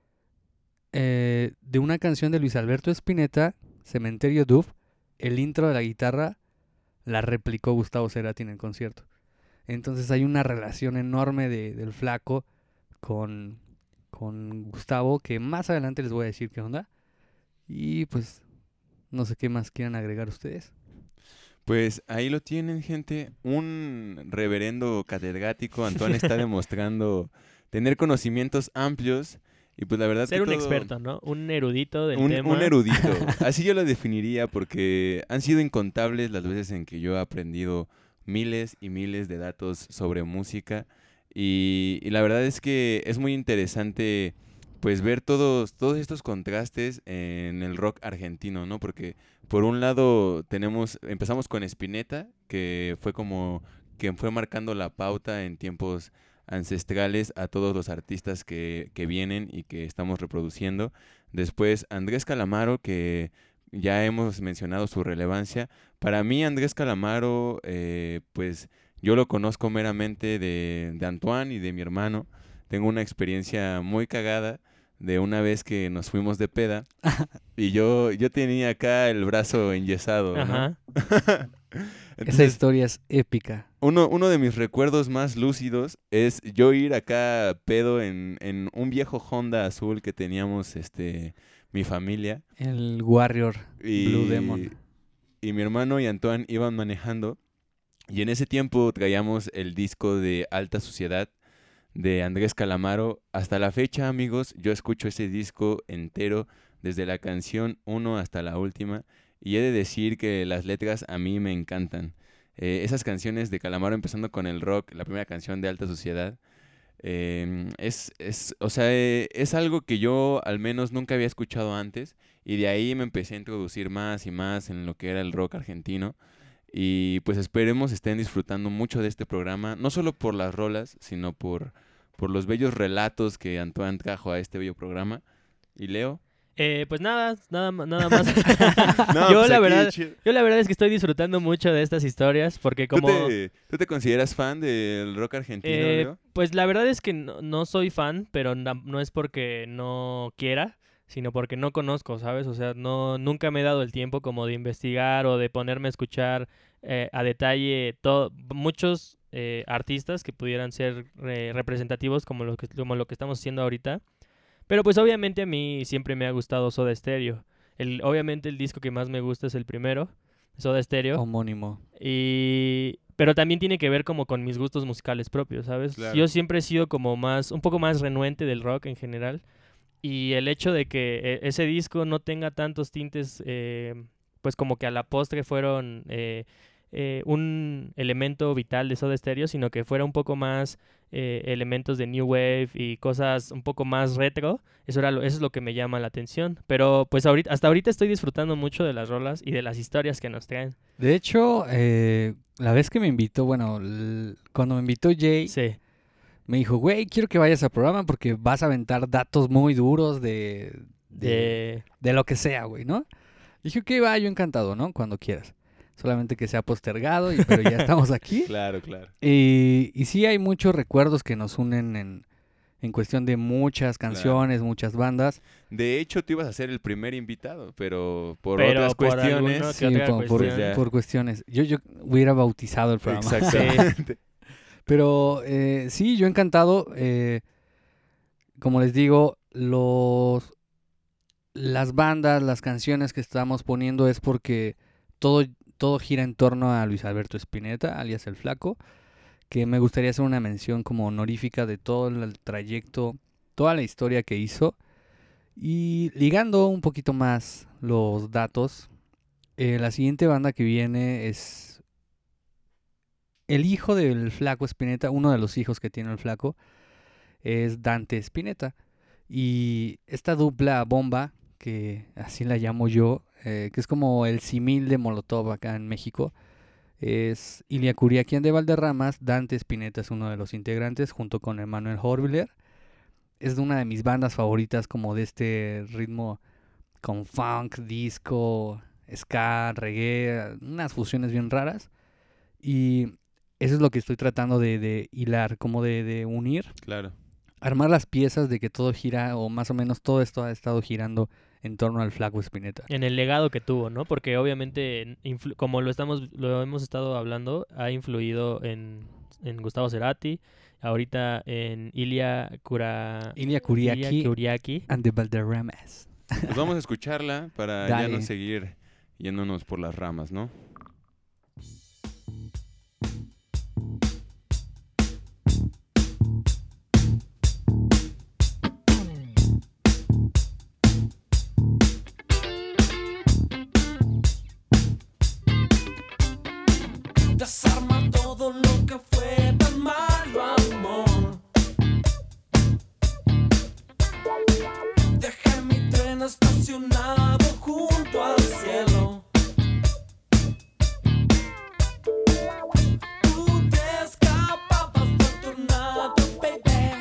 eh, de una canción de Luis Alberto Spinetta, Cementerio Dub, el intro de la guitarra la replicó Gustavo Cerati en el concierto. Entonces hay una relación enorme de, del flaco con, con Gustavo, que más adelante les voy a decir qué onda. Y pues, no sé qué más quieran agregar ustedes. Pues ahí lo tienen, gente. Un reverendo catedrático. Antoine está demostrando tener conocimientos amplios. Y pues la verdad Ser que un todo- experto, ¿no? Un erudito del un, tema. un erudito. Así yo lo definiría porque han sido incontables las veces en que yo he aprendido miles y miles de datos sobre música. Y, y la verdad es que es muy interesante pues ver todos, todos estos contrastes en el rock argentino, ¿no? Porque por un lado tenemos, empezamos con Spinetta, que fue como quien fue marcando la pauta en tiempos ancestrales a todos los artistas que, que vienen y que estamos reproduciendo. Después Andrés Calamaro, que ya hemos mencionado su relevancia. Para mí Andrés Calamaro, eh, pues yo lo conozco meramente de, de Antoine y de mi hermano. Tengo una experiencia muy cagada de una vez que nos fuimos de peda y yo, yo tenía acá el brazo enyesado, ¿no? Ajá. Esa Entonces, historia es épica. uno, uno de mis recuerdos más lúcidos es yo ir acá pedo en, en un viejo Honda azul que teníamos este mi familia. El Warrior Y, Blue Demon. y mi hermano y Antoine iban manejando. Y en ese tiempo traíamos el disco de Alta Suciedad de Andrés Calamaro. Hasta la fecha, amigos, yo escucho ese disco entero, desde la canción uno hasta la última. Y he de decir que las letras a mí me encantan. Eh, esas canciones de Calamaro, empezando con el rock, la primera canción de Alta Suciedad, eh, es, es, o sea, eh, es algo que yo al menos nunca había escuchado antes. Y de ahí me empecé a introducir más y más en lo que era el rock argentino. Y pues esperemos estén disfrutando mucho de este programa, no solo por las rolas, sino por, por los bellos relatos que Antoine trajo a este bello programa. ¿Y Leo? Eh, pues nada, nada, ma- nada más. No, yo pues la aquí, verdad, chido. yo la verdad es que estoy disfrutando mucho de estas historias porque ¿Tú como te, ¿Tú te consideras fan del rock argentino, eh, Leo? pues la verdad es que no, no soy fan, pero na- no es porque no quiera, sino porque no conozco, ¿sabes? O sea, no nunca me he dado el tiempo como de investigar o de ponerme a escuchar eh, a detalle to- muchos eh, artistas que pudieran ser eh, representativos como lo que como lo que estamos haciendo ahorita. Pero pues obviamente a mí siempre me ha gustado Soda Stereo. El, obviamente el disco que más me gusta es el primero, Soda Stereo. Homónimo. Y pero también tiene que ver como con mis gustos musicales propios, ¿sabes? Claro. Yo siempre he sido como más, un poco más renuente del rock en general. Y el hecho de que eh, ese disco no tenga tantos tintes, eh, pues como que a la postre fueron eh, eh, un elemento vital de Soda Stereo, sino que fuera un poco más eh, elementos de New Wave y cosas un poco más retro, eso, era lo, eso es lo que me llama la atención. Pero pues ahorita, hasta ahorita estoy disfrutando mucho de las rolas y de las historias que nos traen. De hecho, eh, la vez que me invitó, bueno, l- cuando me invitó Jay, Sí. me dijo, güey, quiero que vayas al programa porque vas a aventar datos muy duros de, de, De... de lo que sea, güey, ¿no? Dije, ok, va, yo encantado, ¿no? Cuando quieras. Solamente que sea postergado, y, pero ya estamos aquí. Claro, claro. Y, y sí hay muchos recuerdos que nos unen en, en cuestión de muchas canciones, muchas bandas. De hecho, tú ibas a ser el primer invitado, pero por Pero otras por cuestiones... alguno Sí, que otra por, por- cuestión. ya. por cuestiones. Yo, yo hubiera bautizado el programa. Exactamente. Pero eh, sí, yo encantado. eh, como les digo, los las bandas, las canciones que estamos poniendo es porque todo, todo gira en torno a Luis Alberto Spinetta, alias El Flaco, que me gustaría hacer una mención como honorífica de todo el trayecto, toda la historia que hizo. Y ligando un poquito más los datos, eh, la siguiente banda que viene es el hijo del Flaco Spinetta, uno de los hijos que tiene el Flaco, es Dante Spinetta. Y esta dupla bomba, que así la llamo yo, eh, que es como el símil de Molotov acá en México, es Ilia Kuriakian de Valderramas. Dante Spinetta es uno de los integrantes junto con Emanuel Horviller. Es de una de mis bandas favoritas, como de este ritmo con funk, disco, ska, reggae, unas fusiones bien raras. Y eso es lo que estoy tratando de, de hilar, como de, de unir, Claro. armar las piezas de que todo gira, o más o menos todo esto ha estado girando en torno al Flaco Spinetta. En el legado que tuvo, ¿no? Porque obviamente, influ- como lo estamos, lo hemos estado hablando, ha influido en, en Gustavo Cerati, ahorita en Ilia Kura... Ilia Ilia Kuriaki Kuriaki. and the Valderramas. Pues vamos a escucharla para ya Dale. no seguir yéndonos por las ramas, ¿no? Desarma todo lo que fue tan malo, amor. Dejé mi tren estacionado junto al cielo. Tú te escapabas del tornado, baby,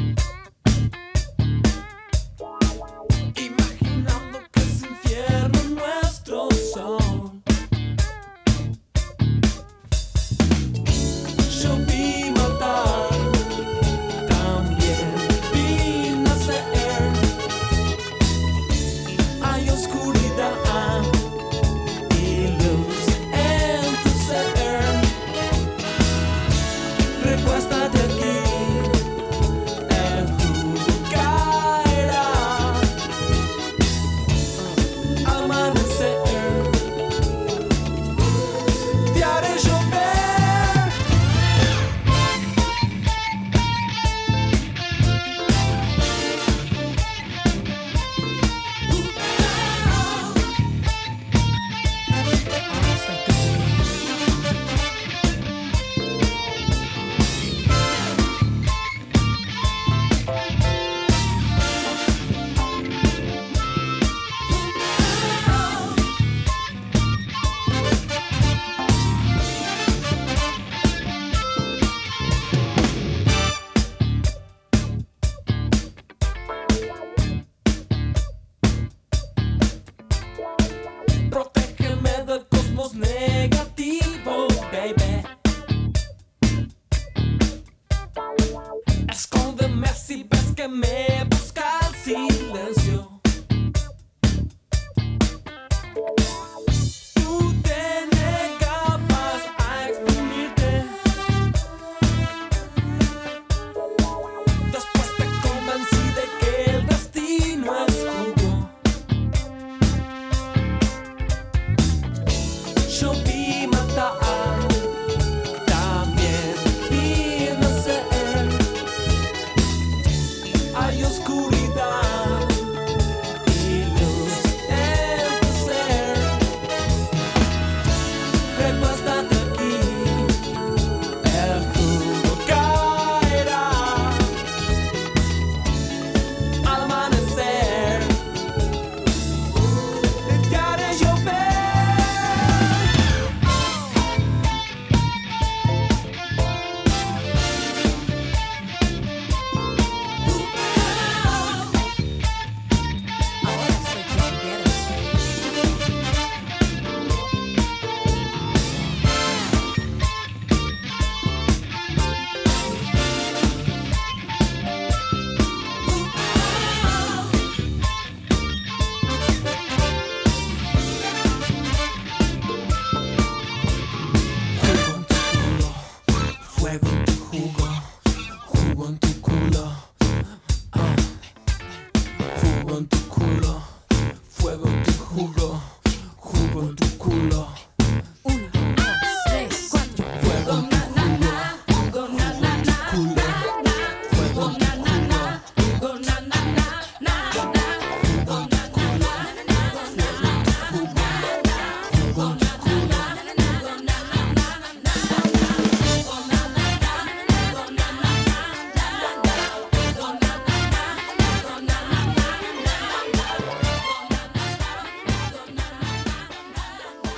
imaginando que es infierno nuestro sol. Yo vi matar, también vi nacer. Hay oscuridad y luz en tu ser. Recuéstate aquí, el jugo caerá. Amanecer, te haré llover. Protégeme del cosmos negativo, baby. Escóndeme si ves que me busca el silencio. Tú te negabas a exprimirte. Después te convencí de que el destino es jugo. Yo vi matar, también vi nacer. Hay oscuridad y luz en tu ser. Recuéstate aquí, el jugo caerá. Al amanecer, te haré llover.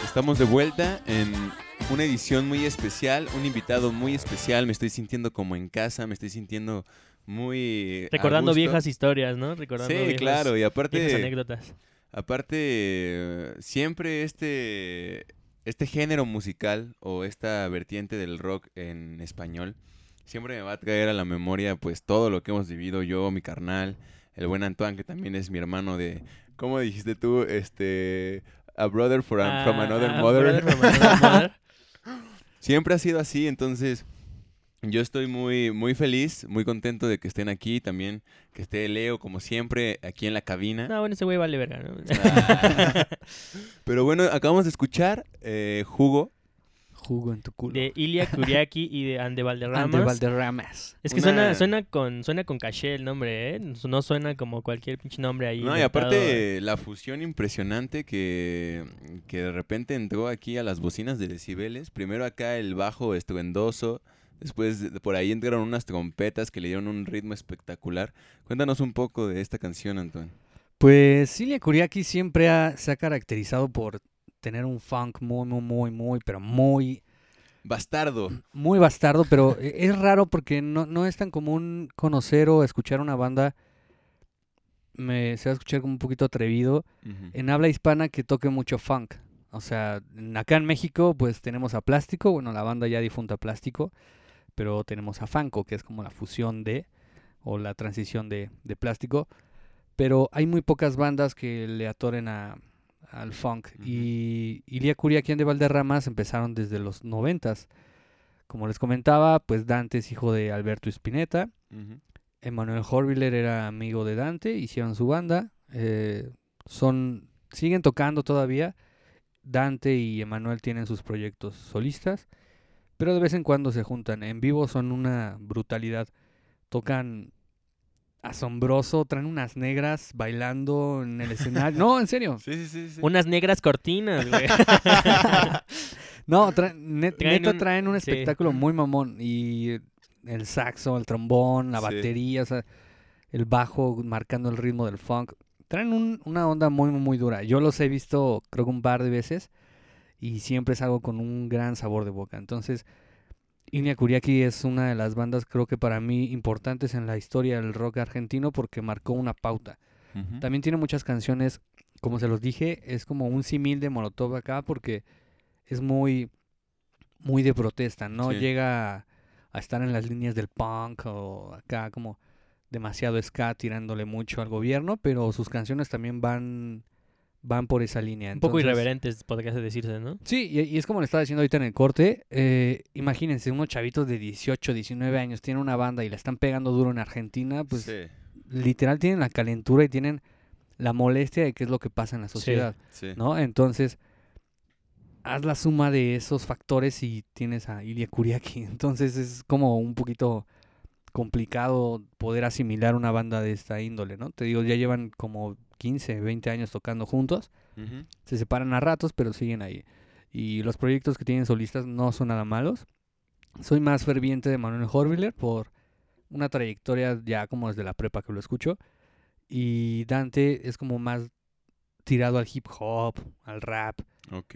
Estamos de vuelta en una edición muy especial, un invitado muy especial. Me estoy sintiendo como en casa, me estoy sintiendo muy a Recordando gusto. viejas historias, ¿no? Recordando Sí, viejas, claro, y viejas aparte, anécdotas. aparte eh, siempre este, este género musical o esta vertiente del rock en español siempre me va a traer a la memoria pues todo lo que hemos vivido yo, mi carnal, el buen Antoine, que también es mi hermano de, ¿cómo dijiste tú? Este, a brother from, from Ah, another ah, mother. brother from another mother. Siempre ha sido así, entonces yo estoy muy, muy feliz, muy contento de que estén aquí, también que esté Leo como siempre aquí en la cabina. No, bueno, ese güey vale verga, ¿no? Ah. Pero bueno, acabamos de escuchar eh, Jugo. Jugo en tu culo. De Ilia Kuriaki y de Ande Valderramas. Ande Valderramas. Es que Una- suena, suena con suena con caché el nombre, ¿eh? No suena como cualquier pinche nombre ahí. No, y inventado. aparte la fusión impresionante que, que de repente entró aquí a las bocinas de decibeles. Primero acá el bajo estruendoso, después de- por ahí entraron unas trompetas que le dieron un ritmo espectacular. Cuéntanos un poco de esta canción, Antoine. Pues Ilia Kuriaki siempre ha- se ha caracterizado por tener un funk muy, muy, muy, muy, pero muy, Bastardo. muy bastardo, pero e- es raro porque no, no es tan común conocer o escuchar una banda, me, se va a escuchar como un poquito atrevido, Ujú. en habla hispana que toque mucho funk. O sea, en- acá en México pues tenemos a Plástico, bueno, la banda ya difunta Plástico, pero tenemos a Fanco, que es como la fusión de, o la transición de, de Plástico, pero hay muy pocas bandas que le atoren a, al funk. Ujú. Y Ilia Kuriaki de Valderramas empezaron desde los noventas. Como les comentaba, pues Dante es hijo de Alberto Spinetta, Ujú. Emanuel Horviller era amigo de Dante, hicieron su banda, eh, son, siguen tocando todavía. Dante y Emanuel tienen sus proyectos solistas, pero de vez en cuando se juntan. En vivo son una brutalidad. Tocan asombroso, traen unas negras bailando en el escenario. No, en serio. Sí, sí, sí. sí. Unas negras cortinas, güey. No, traen, net- Traen neta un- traen un sí. espectáculo muy mamón. Y el saxo, el trombón, la Sí. batería, o sea, el bajo marcando el ritmo del funk. Traen un- una onda muy, muy, muy dura. Yo los he visto creo que un par de veces y siempre salgo con un gran sabor de boca. Entonces, Ilia Kuriaki es una de las bandas creo que para mí importantes en la historia del rock argentino porque marcó una pauta. Ujú. También tiene muchas canciones, como se los dije, es como un símil de Molotov acá porque es muy, muy de protesta, no Sí. llega a, a estar en las líneas del punk o acá como demasiado ska tirándole mucho al gobierno, pero sus canciones también van, van por esa línea. Un poco Entonces, irreverentes, podría decirse, ¿no? Sí, y, y es como le estaba diciendo ahorita en el corte, eh, imagínense, unos chavitos de dieciocho, diecinueve años tienen una banda y la están pegando duro en Argentina, pues Sí, literal tienen la calentura y tienen la molestia de qué es lo que pasa en la sociedad, sí. ¿no? Entonces, haz la suma de esos factores y tienes a Ilia Kuriaki. Entonces es como un poquito complicado poder asimilar una banda de esta índole, ¿no? Te digo, ya llevan como quince, veinte años tocando juntos, Ujú. se separan a ratos, pero siguen ahí. Y los proyectos que tienen solistas no son nada malos. Soy más ferviente de Manuel Horviller por una trayectoria ya como desde la prepa que lo escucho. Y Dante es como más tirado al hip hop, al rap, Ok.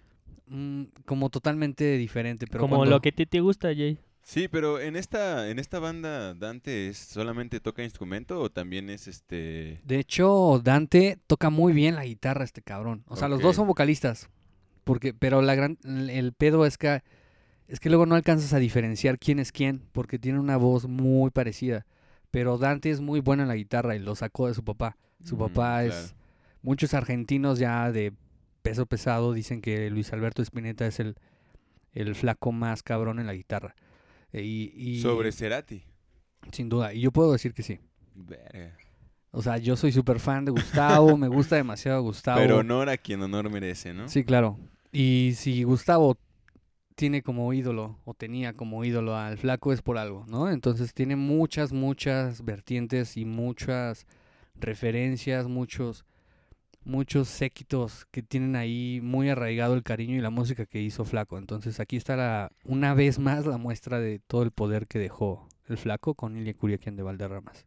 mm, como totalmente diferente. Pero Como cuando- lo que te, te gusta, Jay. Sí, pero en esta, en esta banda, Dante es solamente toca instrumento o también es este. De hecho, Dante toca muy bien la guitarra, este cabrón. O sea, los dos Ok. son vocalistas. Porque, pero la gran, el pedo es que es que luego no alcanzas a diferenciar quién es quién, porque tiene una voz muy parecida. Pero Dante es muy bueno en la guitarra y lo sacó de su papá. Su Mm, papá claro. es... Muchos argentinos ya de peso pesado dicen que Luis Alberto Spinetta es el, el flaco más cabrón en la guitarra. E- Y, y- Sobre Cerati. Sin duda. Y yo puedo decir que sí. Verga. O sea, yo soy súper fan de Gustavo, me gusta demasiado Gustavo. Pero honor a quien honor merece, ¿no? Sí, claro. Y si Gustavo tiene como ídolo, o tenía como ídolo al flaco, es por algo, ¿no? Entonces tiene muchas, muchas vertientes y muchas referencias, muchos, muchos séquitos que tienen ahí muy arraigado el cariño y la música que hizo Flaco. Entonces aquí está la, una vez más la muestra de todo el poder que dejó el Flaco con Ilia Kuriaki de Valderramas.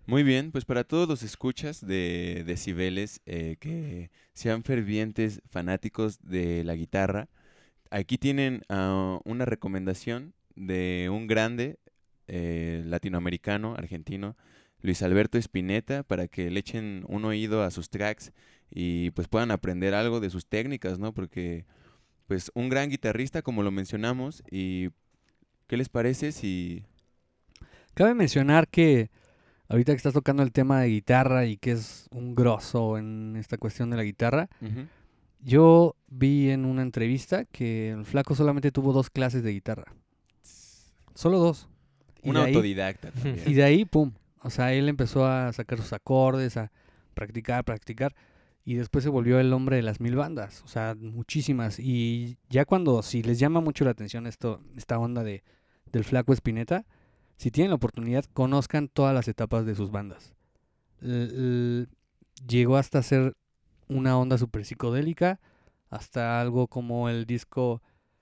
Muy bien, pues para todos los escuchas de Decibeles eh, que sean fervientes fanáticos de la guitarra, aquí tienen ah, una recomendación de un grande eh, latinoamericano, argentino, Luis Alberto Spinetta, para que le echen un oído a sus tracks y pues puedan aprender algo de sus técnicas, ¿no? Porque pues un gran guitarrista, como lo mencionamos, y ¿qué les parece si... Cabe mencionar que ahorita que estás tocando el tema de guitarra y que es un grosso en esta cuestión de la guitarra, Ujú. yo vi en una entrevista que el flaco solamente tuvo dos clases de guitarra. Solo dos. Y Un de ahí- autodidacta también. Y de ahí, pum. O sea, él empezó a sacar sus acordes, a practicar, practicar. Y después se volvió el hombre de las mil bandas. O sea, muchísimas. Y ya cuando, si les llama mucho la atención esto, esta onda de, del flaco Spinetta, si tienen la oportunidad, conozcan todas las etapas de sus bandas. L- l- llegó hasta ser una onda súper psicodélica, hasta algo como el disco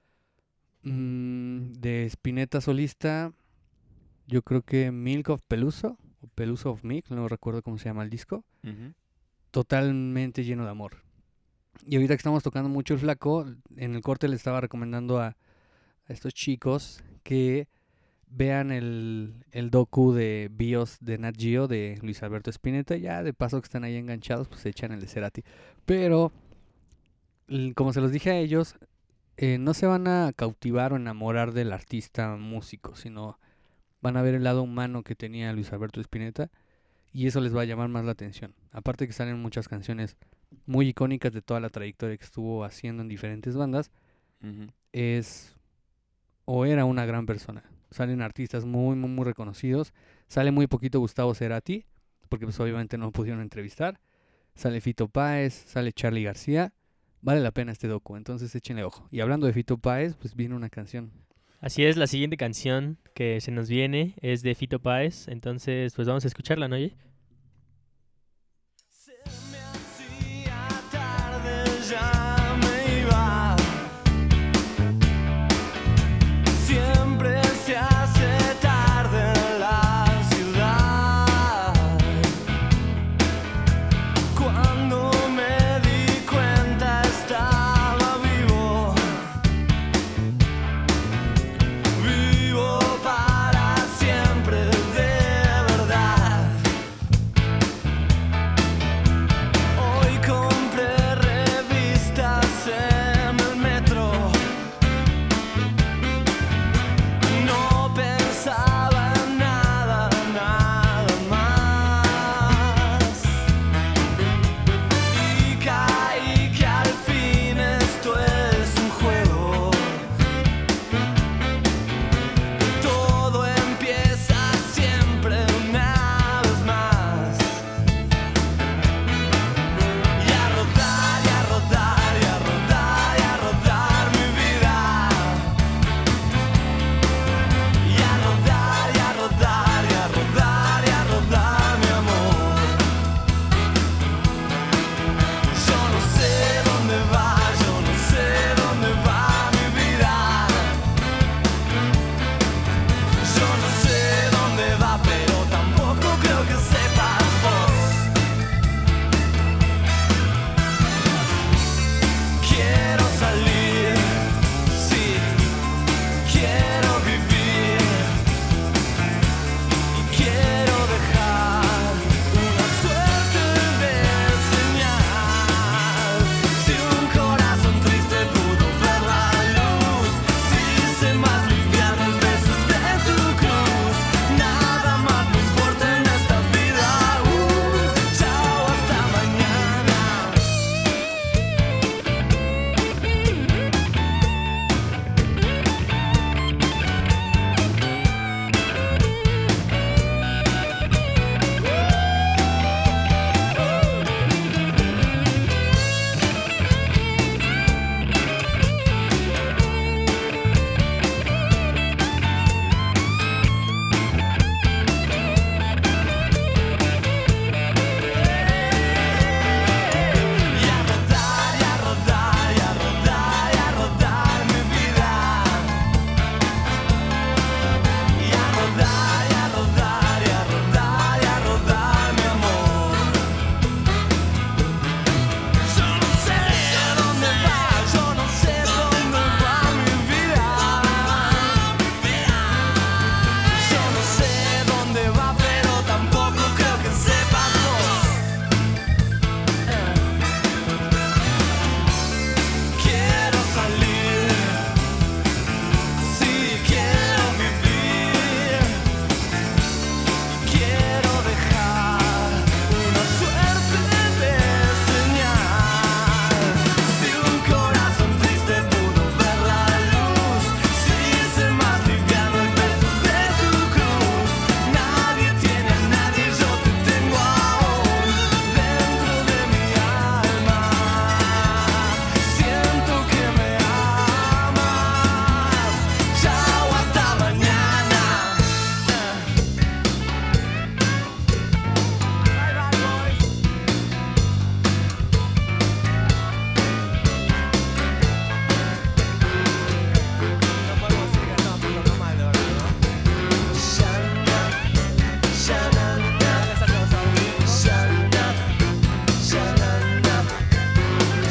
mm, de Spinetta solista, yo creo que Milk of Peluso, o Peluso of Milk, no recuerdo cómo se llama el disco, Ujú. totalmente lleno de amor. Y ahorita que estamos tocando mucho el flaco, en el corte le estaba recomendando a, a estos chicos que vean el, el docu de Bios de Nat Geo de Luis Alberto Spinetta. Ya de paso que están ahí enganchados, pues se echan el de Cerati. Pero, l- como se los dije a ellos, eh, no se van a cautivar o enamorar del artista músico, sino van a ver el lado humano que tenía Luis Alberto Spinetta y eso les va a llamar más la atención. Aparte que salen muchas canciones muy icónicas de toda la trayectoria que estuvo haciendo en diferentes bandas, Ujú. es o era una gran persona. Salen artistas muy, muy, muy reconocidos. Sale muy poquito Gustavo Cerati, porque pues obviamente no lo pudieron entrevistar. Sale Fito Páez, sale Charly García. Vale la pena este docu, entonces échenle ojo. Y hablando de Fito Páez, pues viene una canción. Así es, la siguiente canción que se nos viene es de Fito Páez, entonces pues vamos a escucharla, ¿no, oye? Se me hacía tarde, ya me iba. Siempre se hace tarde en la ciudad. Cuando me di cuenta estaba vivo. Vivo para siempre de verdad. Hoy compré revista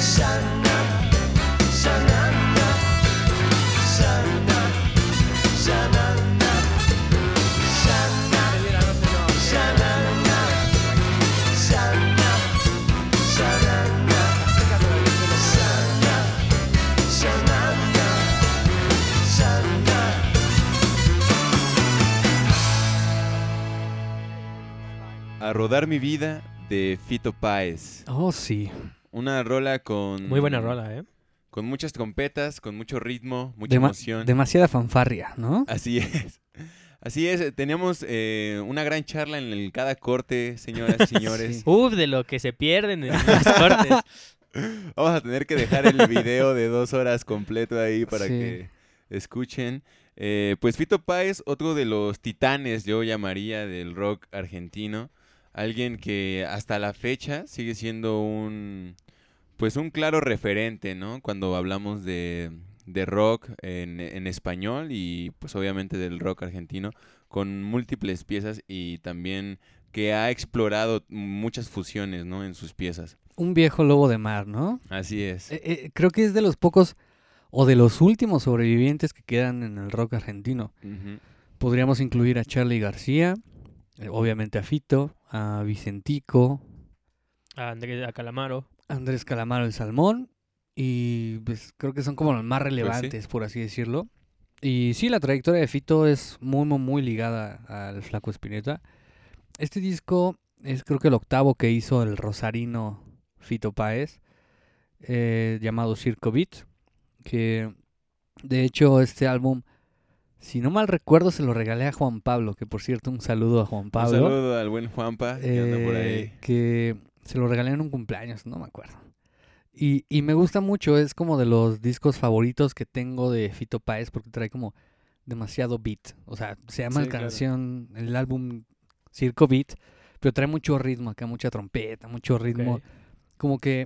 Shana, shanana, shana, shanana, shana, shanana, shana, shanana, shana, shanana, shana. A rodar mi vida de Fito Páez. Oh, sí. Una rola con... Muy buena rola, ¿eh? Con muchas trompetas, con mucho ritmo, mucha Dema- emoción. demasiada fanfarria, ¿no? Así es. Así es. Teníamos eh, una gran charla en el- cada corte, señoras y señores. Sí. Uf, de lo que se pierden en las cortes. Vamos a tener que dejar el video de dos horas completo ahí para Sí. que escuchen. Eh, pues Fito Páez, otro de los titanes, yo llamaría, del rock argentino. Alguien que hasta la fecha sigue siendo un, pues un claro referente, ¿no? Cuando hablamos de, de rock en, en español y pues obviamente del rock argentino, con múltiples piezas y también que ha explorado muchas fusiones, ¿no? En sus piezas. Un viejo lobo de mar, ¿no? Así es. Eh, eh, creo que es de los pocos o de los últimos sobrevivientes que quedan en el rock argentino. Ujú. Podríamos incluir a Charly García, eh, obviamente a Fito, a Vicentico, A Andrés, a Calamaro. Andrés Calamaro el Salmón, y pues creo que son como los más sí. relevantes, por así decirlo. Y sí, la trayectoria de Fito es muy, muy, muy ligada al Flaco Spinetta. Este disco es creo que el octavo que hizo el rosarino Fito Páez, eh, llamado Circo Beat, que de hecho este álbum, si no mal recuerdo, se lo regalé a Juan Pablo, que por cierto un saludo a Juan Pablo. Un saludo al buen Juanpa que anda por eh, ahí. que se lo regalé en un cumpleaños, no me acuerdo. Y, y me gusta mucho, es como de los discos favoritos que tengo de Fito Páez porque trae como demasiado beat. O sea, se llama Sí, la claro. canción, el álbum Circo Beat, pero trae mucho ritmo acá, mucha trompeta, mucho ritmo. Ok. Como que,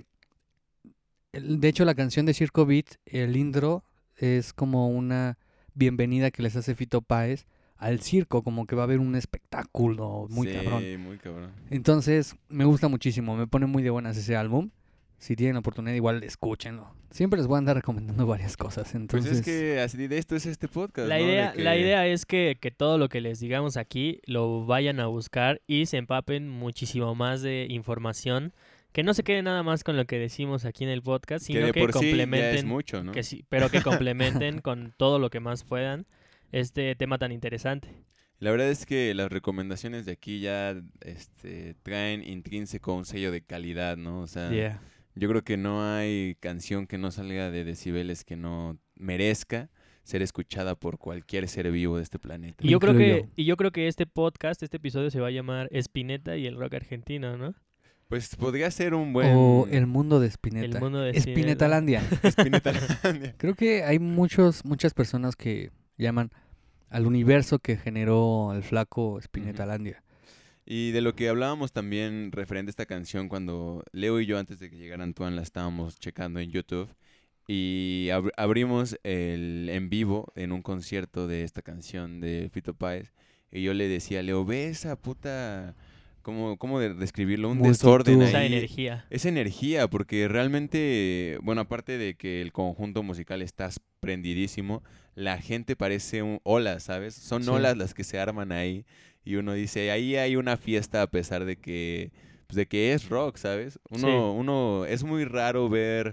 el- de hecho la canción de Circo Beat, el intro, es como una bienvenida que les hace Fito Páez al circo, como que va a haber un espectáculo muy sí, cabrón. muy cabrón. Entonces, me gusta muchísimo, me pone muy de buenas ese álbum. Si tienen la oportunidad, igual escúchenlo. Siempre les voy a andar recomendando varias cosas, Pues entonces... es que así de esto es este podcast, La ¿no? De idea, que- la idea es que, que todo lo que les digamos aquí lo vayan a buscar y se empapen muchísimo más de información. Que no se quede nada más con lo que decimos aquí en el podcast, que sino de que, por sí ya es complementen, mucho, ¿no? que sí, pero que complementen con todo lo que más puedan este tema tan interesante. La verdad es que las recomendaciones de aquí ya este, traen intrínseco un sello de calidad, ¿no? O sea, Yeah. yo creo que no hay canción que no salga de decibeles que no merezca ser escuchada por cualquier ser vivo de este planeta. Y yo creo que, incluyo. y yo creo que este podcast, este episodio se va a llamar Spinetta y el rock argentino, ¿no? Pues podría ser un buen... O El Mundo de Spinetta. El mundo de Spinetta. Spinetalandia. Spinetalandia. Creo que hay muchos, muchas personas que llaman al universo que generó el flaco Spinetalandia. Y de lo que hablábamos también referente a esta canción, cuando Leo y yo, antes de que llegara Antoine, la estábamos checando en YouTube y ab- abrimos el en vivo en un concierto de esta canción de Fito Páez y yo le decía a Leo, ve esa puta, ¿cómo, cómo de- describirlo? Un Multitud. desorden ahí. Esa energía. Esa energía, porque realmente, bueno, aparte de que el conjunto musical está prendidísimo, la gente parece un olas, ¿sabes? Son Sí. olas las que se arman ahí y uno dice, ahí hay una fiesta a pesar de que, pues, de que es rock, ¿sabes? Uno, Sí. uno, es muy raro ver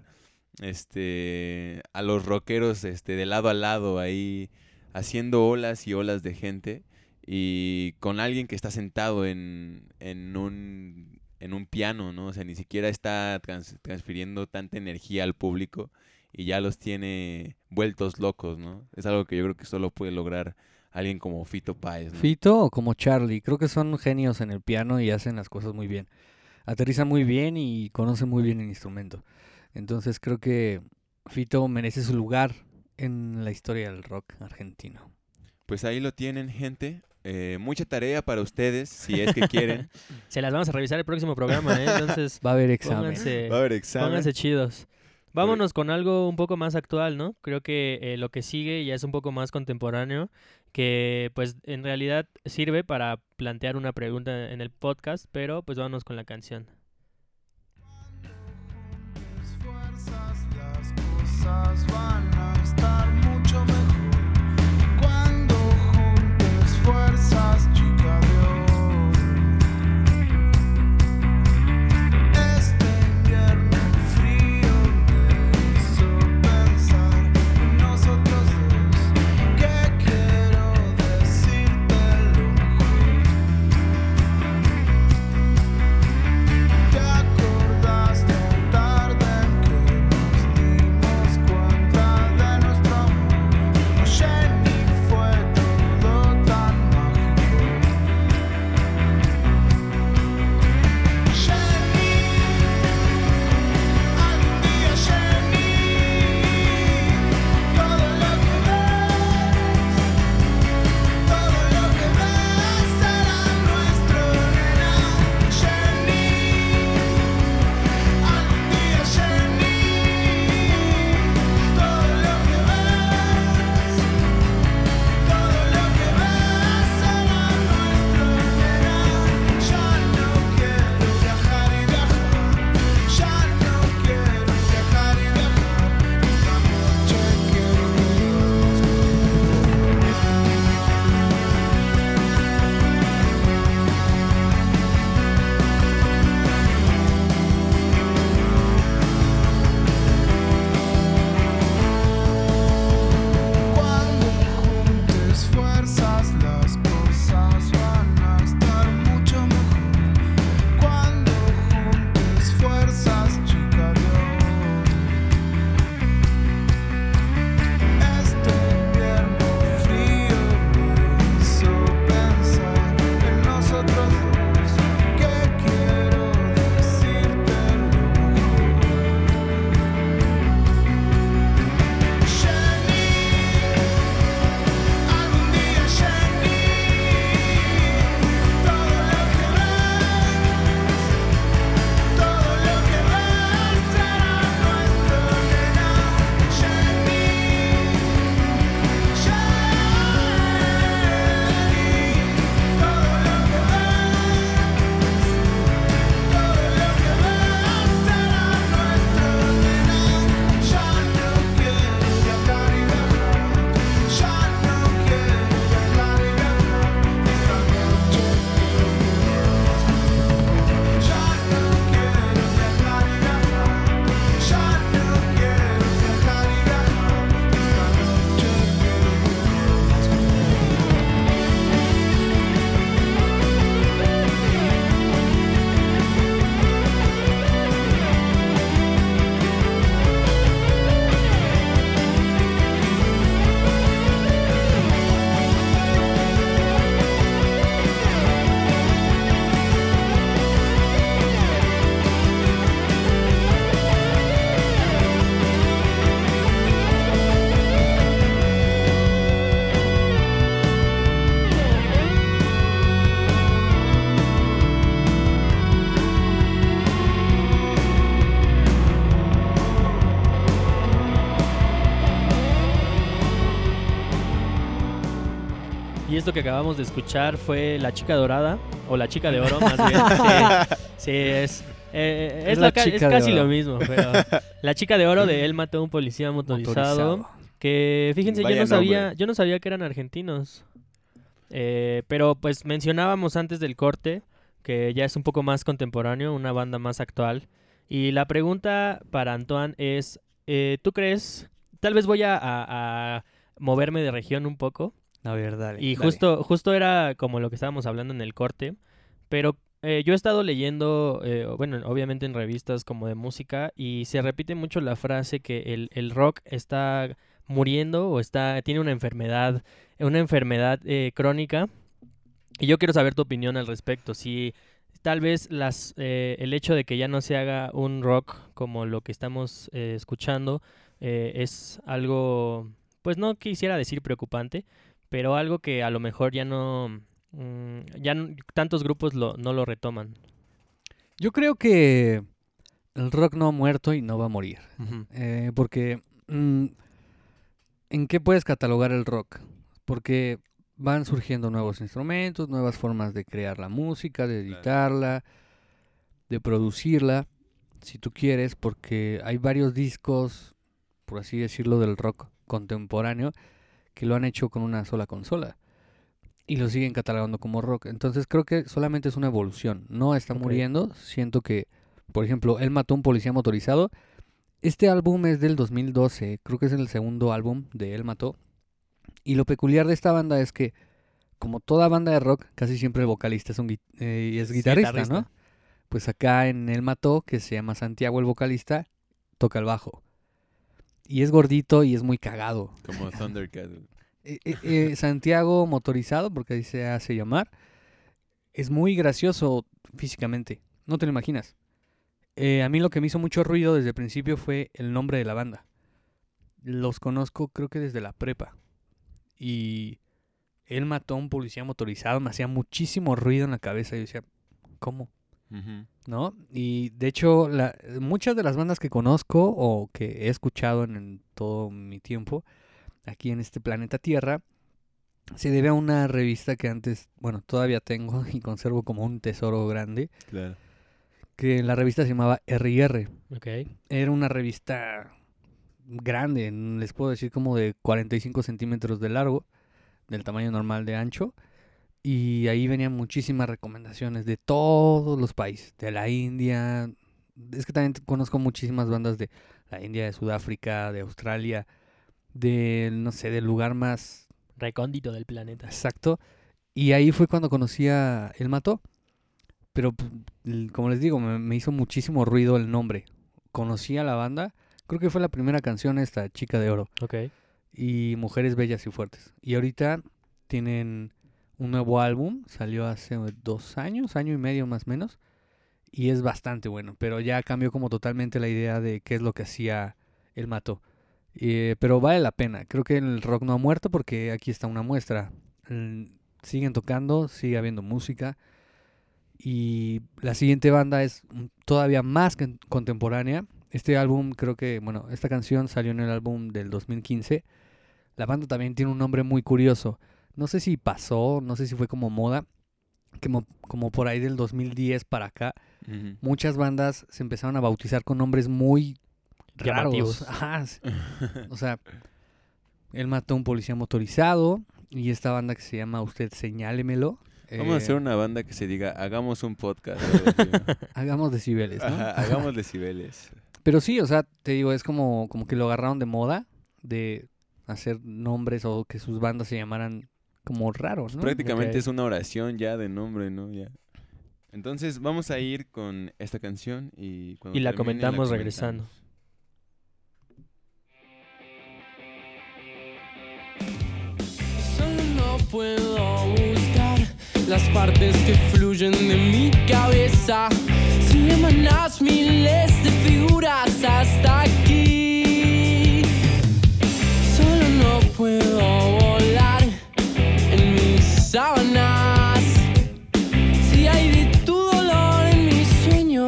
este a los rockeros este de lado a lado ahí haciendo olas y olas de gente y con alguien que está sentado en, en un en un piano, ¿no? O sea, ni siquiera está trans- transfiriendo tanta energía al público y ya los tiene vueltos locos, ¿no? Es algo que yo creo que solo puede lograr alguien como Fito Páez, ¿no? Fito o como Charlie, creo que son genios en el piano y hacen las cosas muy bien. Aterrizan muy bien y conocen muy bien el instrumento. Entonces creo que Fito merece su lugar en la historia del rock argentino. Pues ahí lo tienen, gente. Eh, mucha tarea para ustedes, si es que quieren. Se las vamos a revisar el próximo programa, ¿eh? Entonces, Va a haber examen. pónganse, Va a haber examen. pónganse chidos. Vámonos con algo un poco más actual, ¿no? Creo que eh, lo que sigue ya es un poco más contemporáneo, que pues en realidad sirve para plantear una pregunta en el podcast, pero pues vámonos con la canción. Fuerzas cosas van a estar mucho mejor cuando juntes fuerzas, chica de oro. Este invierno frío me hizo pensar en nosotros dos, que quiero decirte lo mejor. ¿Te acordás la tarde en que nos dimos cuenta de nuestro amor? Oye, ni fue todo tan mágico. Jenny, algún día Jenny, todo lo que ves, todo lo que ves será nuestro, nena. Jenny, algún día Jenny, todo lo que ves, todo lo que ves será nuestro, nena. Ya no quiero viajar y viajar, ya no quiero viajar y viajar. Esta noche quiero Cuando juntes fuerzas, las cosas van a estar mucho mejor. Cuando juntes fuerzas, chica de oro. Este invierno frío me hizo pensar en nosotros dos, que quiero decirte lo mejor. Jenny, algún día Jenny, todo lo que ves, todo lo que ves será nuestro, nena. Jenny, Jenny, todo lo que ves, todo lo que ves será nuestro, nena. Ya no quiero viajar y viajar, ya no quiero viajar y viajar. Esta noche quiero Ya no quiero viajar y viajar, ya no quiero viajar y viajar. Esta noche Y esto que acabamos de escuchar fue La Chica Dorada, o La Chica de Oro, más bien. Sí, sí, es, eh, es, Es lo la ca- es chica de casi oro. lo mismo. Pero La Chica de Oro de Él mató a un policía motorizado. Motorizado. Que fíjense, yo Vaya no sabía, nombre. yo no sabía que eran argentinos. Eh, pero pues mencionábamos antes del corte que ya es un poco más contemporáneo, una banda más actual. Y la pregunta para Antoine es, eh, ¿tú crees? Tal vez voy a, a- a moverme de región un poco. A ver, dale. Y dale. justo, justo era como lo que estábamos hablando en el corte, pero eh, yo he estado leyendo, eh, bueno, obviamente en revistas como de música, y se repite mucho la frase que el, el rock está muriendo o está tiene una enfermedad, una enfermedad eh, crónica. Y yo quiero saber tu opinión al respecto. Si tal vez las eh, el hecho de que ya no se haga un rock como lo que estamos eh, escuchando eh, es algo, pues no quisiera decir preocupante, pero algo que a lo mejor ya no, mm, ya n- tantos grupos lo, no lo retoman. Yo creo que el rock no ha muerto y no va a morir. Eh, porque, mm, ¿en qué puedes catalogar el rock? Porque van surgiendo nuevos instrumentos, nuevas formas de crear la música, de editarla, de producirla, si tú quieres, porque hay varios discos, por así decirlo, del rock contemporáneo, que lo han hecho con una sola consola y lo siguen catalogando como rock. Entonces creo que solamente es una evolución, no está Ok. muriendo. Siento que, por ejemplo, Él mató a un policía motorizado. Este álbum es del dos mil doce, creo que es el segundo álbum de Él mató. Y lo peculiar de esta banda es que, como toda banda de rock, casi siempre el vocalista es, un, gui- eh, es Es guitarrista, guitarrista. ¿no? Pues acá en Él mató, que se llama Santiago el vocalista, toca el bajo. Y es gordito y es muy cagado. Como Thundercat. Eh, eh, eh, Santiago motorizado, porque así se hace llamar, es muy gracioso físicamente. No te lo imaginas. Eh, a mí lo que me hizo mucho ruido desde el principio fue el nombre de la banda. Los conozco creo que desde la prepa. Y Él mató a un policía motorizado. Me hacía muchísimo ruido en la cabeza. Y yo decía, ¿cómo? Ujú. ¿No? Y de hecho, la- muchas de las bandas que conozco o que he escuchado en, en todo mi tiempo aquí en este planeta Tierra se debe a una revista que antes, bueno, todavía tengo y conservo como un tesoro grande, Claro. que la revista se llamaba R y R. Ok. Era una revista grande, n- les puedo decir como de cuarenta y cinco centímetros de largo, del tamaño normal de ancho. Y ahí venían muchísimas recomendaciones de todos los países, de la India. Es que también conozco muchísimas bandas de la India, de Sudáfrica, de Australia, de, no sé, del lugar más Recóndito del planeta. exacto. Y ahí fue cuando conocí a El Mató. Pero, pues, l- como les digo, me, me hizo muchísimo ruido el nombre. Conocí a la banda, creo que fue la primera canción esta, Chica de Oro, Ok. y Mujeres Bellas y Fuertes. Y ahorita tienen un nuevo álbum, salió hace dos años, año y medio más o menos, y es bastante bueno, pero ya cambió como totalmente la idea de qué es lo que hacía El Mató. Eh, pero vale la pena, creo que el rock no ha muerto porque aquí está una muestra. Mm, siguen tocando, sigue habiendo música, y la siguiente banda es mm, todavía más con- contemporánea. Este álbum creo que, bueno, esta canción salió en el álbum del dos mil quince. La banda también tiene un nombre muy curioso. No sé si pasó, no sé si fue como moda, que mo- como por ahí del dos mil diez para acá, Ujú. muchas bandas se empezaron a bautizar con nombres muy raros. Llamativos. Ajá, s- o sea, Él mató a un policía motorizado y esta banda que se llama Usted Señálemelo. Vamos a hacer eh, una banda que se diga, hagamos un podcast. algo así, ¿no? Hagamos decibeles, ¿no? Ajá, hagamos decibeles. Pero sí, o sea, te digo, es como, como que lo agarraron de moda de hacer nombres o que sus bandas se llamaran como raros, ¿no? Prácticamente Ok. es una oración ya de nombre, ¿no? Ya. Entonces vamos a ir con esta canción y cuando Y la termine, comentamos regresando. Solo no puedo buscar las partes que fluyen de mi cabeza. Si emanas miles de figuras hasta aquí, solo no puedo volar en mis sábanas. Si hay de tu dolor en mis sueños.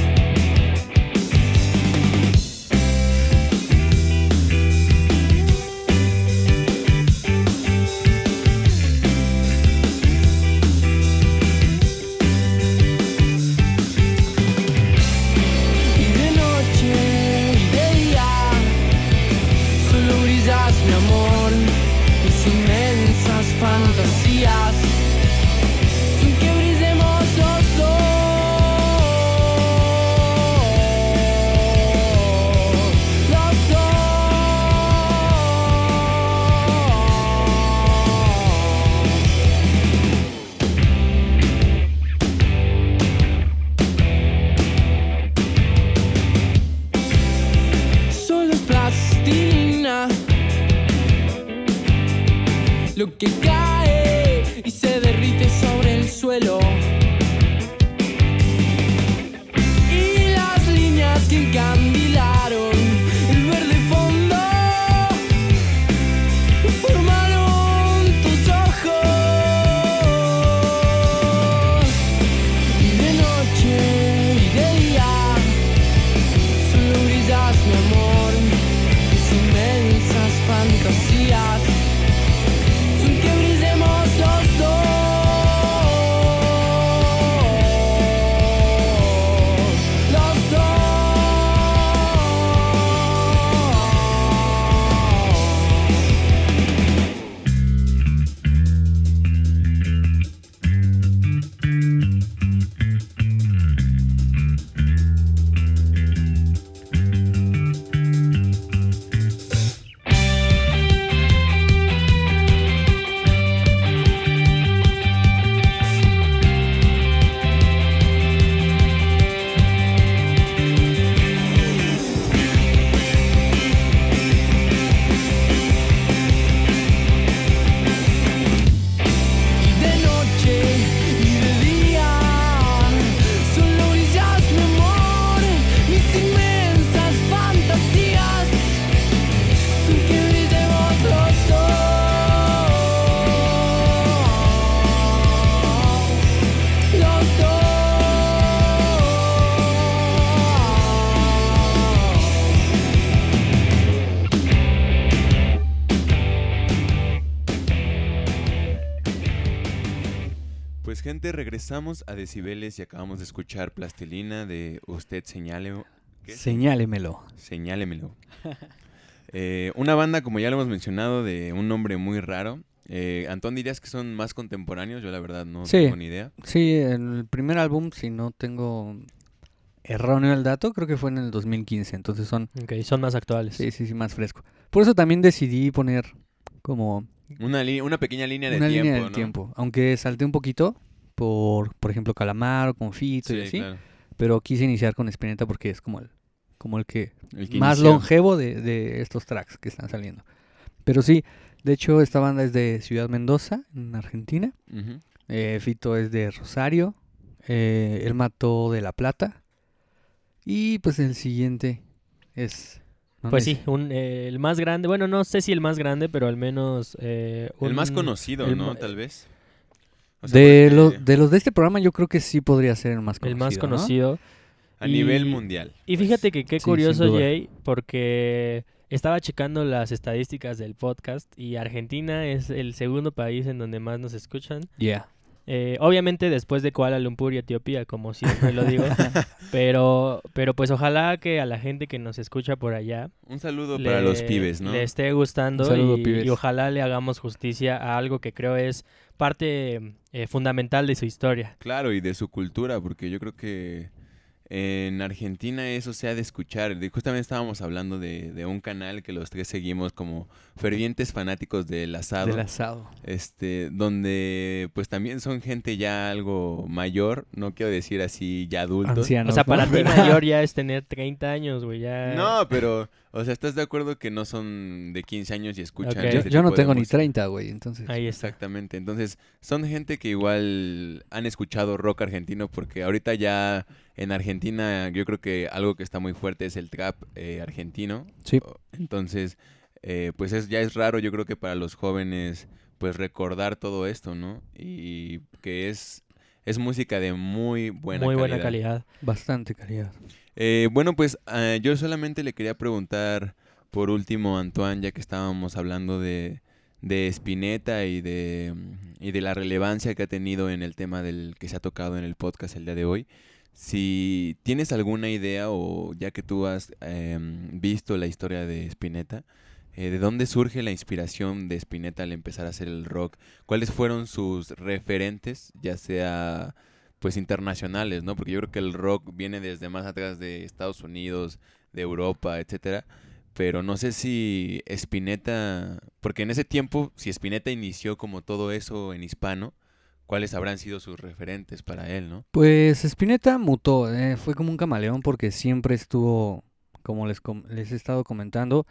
Y de noche y de día solo brillas, mi amor. Mis inmensas fantasías son que brillemos los dos. Los dos. Solo es plastilina lo que cae y se derrite sobre el suelo. Y las líneas que encandilaron el verde fondo formaron tus ojos. Y de noche y de día solo brillas, mi amor. Mis inmensas fantasías son que brillemos los dos. pues gente, regresamos a Decibeles y acabamos de escuchar Plastilina de Usted Señale... ¿Qué? Señálemelo. Señálemelo. Eh, una banda, como ya lo hemos mencionado, de un nombre muy raro. Eh, Antón, ¿dirías que son más contemporáneos? Yo la verdad no Sí. tengo ni idea. Sí, el primer álbum, si no tengo erróneo el dato, creo que fue en el dos mil quince. Entonces son, Ok, son más actuales. sí, sí, sí, más fresco. Por eso también decidí poner como Una, li- una pequeña línea de una tiempo, línea del ¿no? tiempo. Aunque salté un poquito por, por ejemplo, Calamaro, Confito y Sí, así. claro. Pero quise iniciar con Spinetta porque es como el, como el que El que más inició. longevo de, de estos tracks que están saliendo. Pero sí, de hecho esta banda es de Ciudad Mendoza, en Argentina. Ujú. Eh, Fito es de Rosario. Eh, él mató de La Plata. Y pues el siguiente es... ¿dónde Pues es? sí, un, eh, el más grande, bueno, no sé si el más grande, pero al menos... eh, El más un- conocido, el ¿no? ma- Tal vez. O sea, De, porque los de los de este programa yo creo que sí podría ser el más conocido, el más ¿no? conocido. a nivel y- mundial. Y pues. fíjate que qué Sí, sin curioso, duda. Jay, porque estaba checando las estadísticas del podcast y Argentina es el segundo país en donde más nos escuchan. Yeah. Eh, obviamente después de Kuala Lumpur y Etiopía, como siempre lo digo. pero, pero pues ojalá que a la gente que nos escucha por allá Un saludo para los pibes, ¿no? le esté gustando Un saludo, y, pibes. y ojalá le hagamos justicia a algo que creo es parte eh, fundamental de su historia. Claro, y de su cultura, porque yo creo que en Argentina eso se ha de escuchar. De- Justamente estábamos hablando de, de un canal que los tres seguimos como fervientes fanáticos del asado. Del asado. Este, donde pues también son gente ya algo mayor, no quiero decir así ya adultos. Ancianos, O sea, ¿no? para ti Pero- mayor ya es tener treinta años, güey, ya... No, pero, o sea, ¿estás de acuerdo que no son de quince años y escuchan Ok. Yo, ese yo no tipo de tengo ni música? treinta, güey, entonces... Ahí está. Exactamente, entonces son gente que igual han escuchado rock argentino porque ahorita ya en Argentina yo creo que algo que está muy fuerte es el trap eh, argentino. Sí. O- Entonces, eh, pues es, ya es raro yo creo que para los jóvenes pues recordar todo esto, ¿no? Y que es, es música de muy buena Muy calidad. buena calidad. Bastante calidad. Eh, bueno, pues ah, yo solamente le quería preguntar por último, Antoine, ya que estábamos hablando de, de Spinetta y de, y de la relevancia que ha tenido en el tema del que se ha tocado en el podcast el día de hoy, si tienes alguna idea o ya que tú has em, visto la historia de Spinetta, eh, ¿de dónde surge la inspiración de Spinetta al empezar a hacer el rock? ¿Cuáles fueron sus referentes, ya sea pues internacionales, ¿no? Porque yo creo que el rock viene desde más atrás de Estados Unidos, de Europa, etcétera. Pero no sé si Spinetta, porque en ese tiempo, si Spinetta inició como todo eso en hispano, ¿cuáles habrán sido sus referentes para él, no? Pues Spinetta mutó, eh, fue como un camaleón porque siempre estuvo, como les, com- les he estado comentando,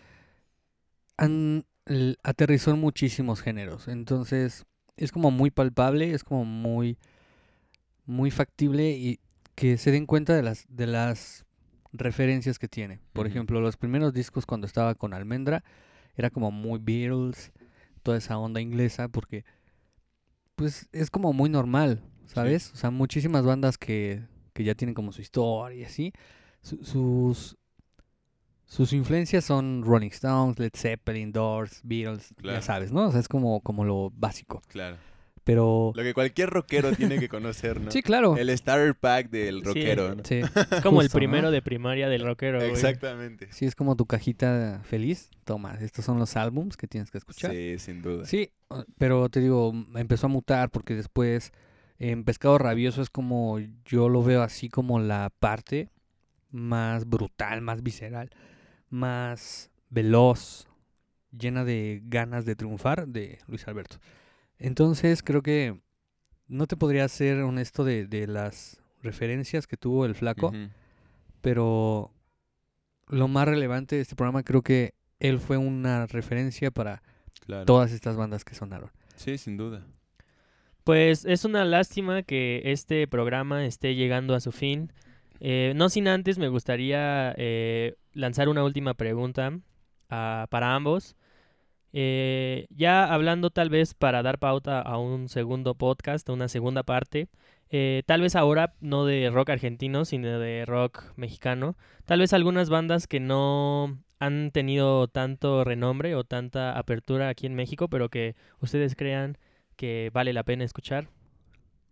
an- l- aterrizó en muchísimos géneros. Entonces es como muy palpable, es como muy, muy factible y que se den cuenta de las, de las referencias que tiene. Por Ujú. ejemplo, los primeros discos cuando estaba con Almendra era como muy Beatles, toda esa onda inglesa, porque pues es como muy normal, ¿sabes? O sea, muchísimas bandas que, que ya tienen como su historia y así, su- sus, sus influencias son Rolling Stones, Led Zeppelin, Doors, Beatles, Claro. ya sabes, ¿no? O sea, es como, como lo básico. Claro. Pero... Lo que cualquier rockero tiene que conocer, ¿no? Sí, claro. El starter pack del Sí. rockero, ¿no? Sí, Es como el Justo, ¿no? primero de primaria del rockero, güey. Exactamente. sí, es como tu cajita feliz. Toma, estos son los álbums que tienes que escuchar. Sí, sin duda. Sí, uh, pero te digo, m- empezó a mutar porque después en Pescado Rabioso es como, yo lo veo así como la parte más brutal, más visceral, más veloz, llena de ganas de triunfar de Luis Alberto. Entonces creo que no te podría ser honesto de, de las referencias que tuvo el flaco, Ujú. pero lo más relevante de este programa creo que él fue una referencia para Claro. todas estas bandas que sonaron. Sí, sin duda. Pues es una lástima que este programa esté llegando a su fin. Eh, no sin antes me gustaría eh, lanzar una última pregunta ah, para ambos. Eh, ya hablando tal vez para dar pauta a un segundo podcast, a una segunda parte, eh, tal vez ahora no de rock argentino, sino de rock mexicano. Tal vez algunas bandas que no han tenido tanto renombre o tanta apertura aquí en México, pero que ustedes crean que vale la pena escuchar.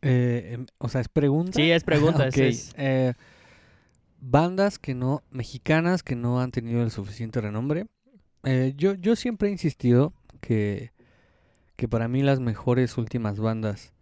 Eh, em, o sea, ¿es pregunta? Sí, es pregunta. Ok, ese es- eh, bandas que no, mexicanas que no han tenido el suficiente renombre. Eh, yo, yo siempre he insistido que, que para mí las mejores últimas bandas,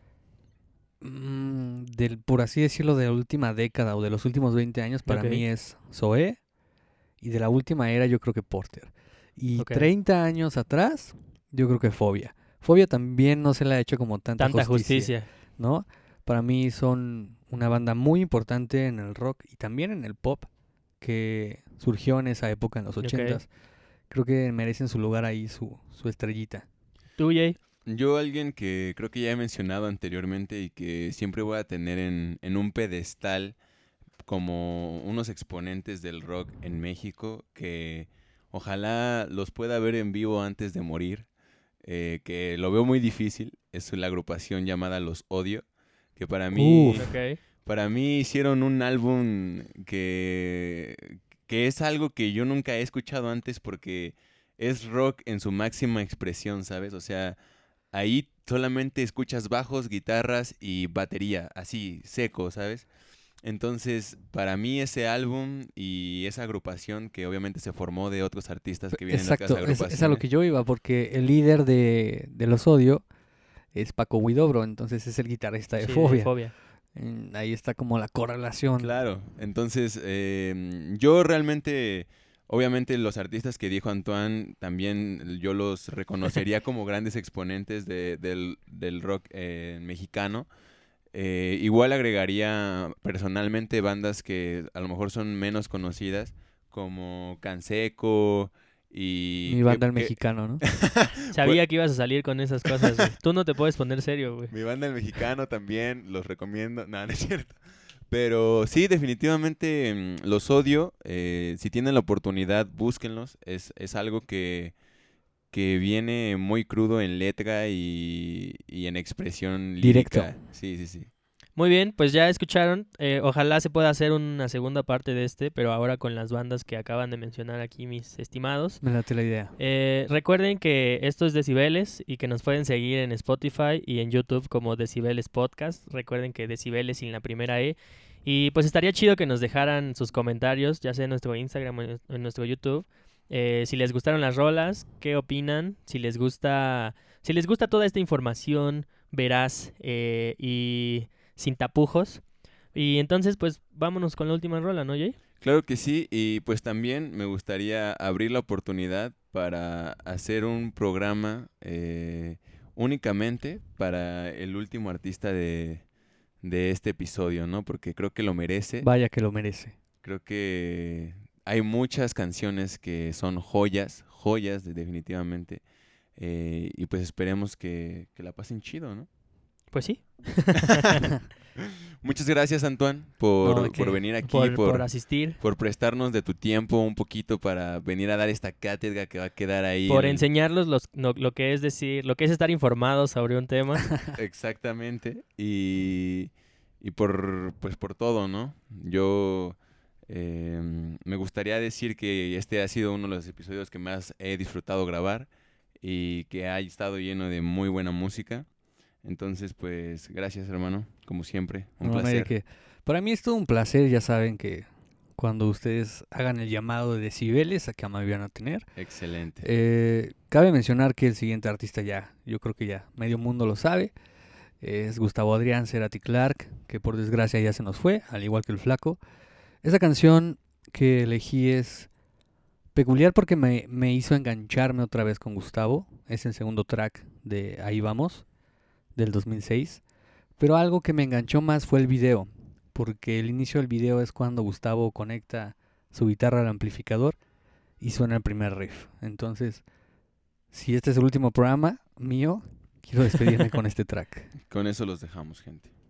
mm, del, por así decirlo, de la última década o de los últimos veinte años, para Ok. mí es Zoé. Y de la última era, yo creo que Porter. Y Ok. treinta años atrás, yo creo que Fobia. Fobia también no se le ha hecho como tanta, Tanta justicia, justicia. ¿no? Para mí son una banda muy importante en el rock y también en el pop que surgió en esa época, en los Ok. ochentas. Creo que merecen su lugar ahí, su, su estrellita. ¿Tú, Jay? Yo alguien que creo que ya he mencionado anteriormente y que siempre voy a tener en, en un pedestal como unos exponentes del rock en México, que ojalá los pueda ver en vivo antes de morir, eh, que lo veo muy difícil, es la agrupación llamada Los Odio, que para mí, Uf. Ok. para mí hicieron un álbum que, que es algo que yo nunca he escuchado antes porque es rock en su máxima expresión, ¿sabes? O sea, ahí solamente escuchas bajos, guitarras y batería, así, seco, ¿sabes? Entonces, para mí ese álbum y esa agrupación que obviamente se formó de otros artistas que vienen de Exacto, otras es, agrupaciones. es a lo que yo iba, porque el líder de, de Los Odio es Paco Huidobro, entonces es el guitarrista de Sí, Fobia. Fobia. Mm, Ahí está como la correlación. Claro, entonces eh, yo realmente, obviamente los artistas que dijo Antoine, también yo los reconocería como grandes exponentes de- del, del rock eh, mexicano. Eh, igual agregaría personalmente bandas que a lo mejor son menos conocidas, como Canseco y... Mi que- banda el que- mexicano, ¿no? Sabía que ibas a salir con esas cosas, güey. Tú no te puedes poner serio, güey. Mi banda el mexicano también, los recomiendo. No, no es cierto. Pero sí, definitivamente mm, los odio. eh, si tienen la oportunidad, búsquenlos. Es, es algo que, que viene muy crudo en letra y, y en expresión Directo. lírica. Sí, sí, sí. Muy bien, pues ya escucharon. eh, ojalá se pueda hacer una segunda parte de este, pero ahora con las bandas que acaban de mencionar aquí mis estimados. Me late la idea. Eh, recuerden que esto es Decibeles y que nos pueden seguir en Spotify y en YouTube como Decibeles Podcast. Recuerden que Decibeles sin la primera E. Y pues estaría chido que nos dejaran sus comentarios, ya sea en nuestro Instagram o en en nuestro YouTube. Eh, si les gustaron las rolas, qué opinan, si les gusta, si les gusta toda esta información veraz eh, y sin tapujos. Y entonces, pues vámonos con la última rola, ¿no, Jay? Claro que sí, y pues también me gustaría abrir la oportunidad para hacer un programa eh, únicamente para el último artista de, de este episodio, ¿no? Porque creo que lo merece. Vaya que lo merece. Creo que hay muchas canciones que son joyas, joyas de- definitivamente. eh, y pues esperemos que, que la pasen chido, ¿no? Pues sí, Muchas gracias, Antoine, por, No, ¿de por qué? venir aquí, por, por, por asistir, por prestarnos de tu tiempo un poquito para venir a dar esta cátedra que va a quedar ahí. por en- enseñarlos los, no- lo que es decir, lo que es estar informados sobre un tema. Exactamente. Y, y por, pues por todo, ¿no? Yo eh, me gustaría decir que este ha sido uno de los episodios que más he disfrutado grabar y que ha estado lleno de muy buena música. Entonces, pues, gracias, hermano, como siempre. Un No, no hay de placer. qué. Para mí es todo un placer, ya saben que cuando ustedes hagan el llamado de decibeles, acá me van a tener. Excelente. Eh, cabe mencionar que el siguiente artista ya, yo creo que ya medio mundo lo sabe, es Gustavo Adrián Cerati Clark, que por desgracia ya se nos fue, al igual que el Flaco. Esa canción que elegí es peculiar porque me, me hizo engancharme otra vez con Gustavo. Es el segundo track de Ahí Vamos, del dos mil seis. Pero algo que me enganchó más fue el video, porque el inicio del video es cuando Gustavo conecta su guitarra al amplificador y suena el primer riff. Entonces, si este es el último programa mío, quiero despedirme con este track. Con eso los dejamos, gente.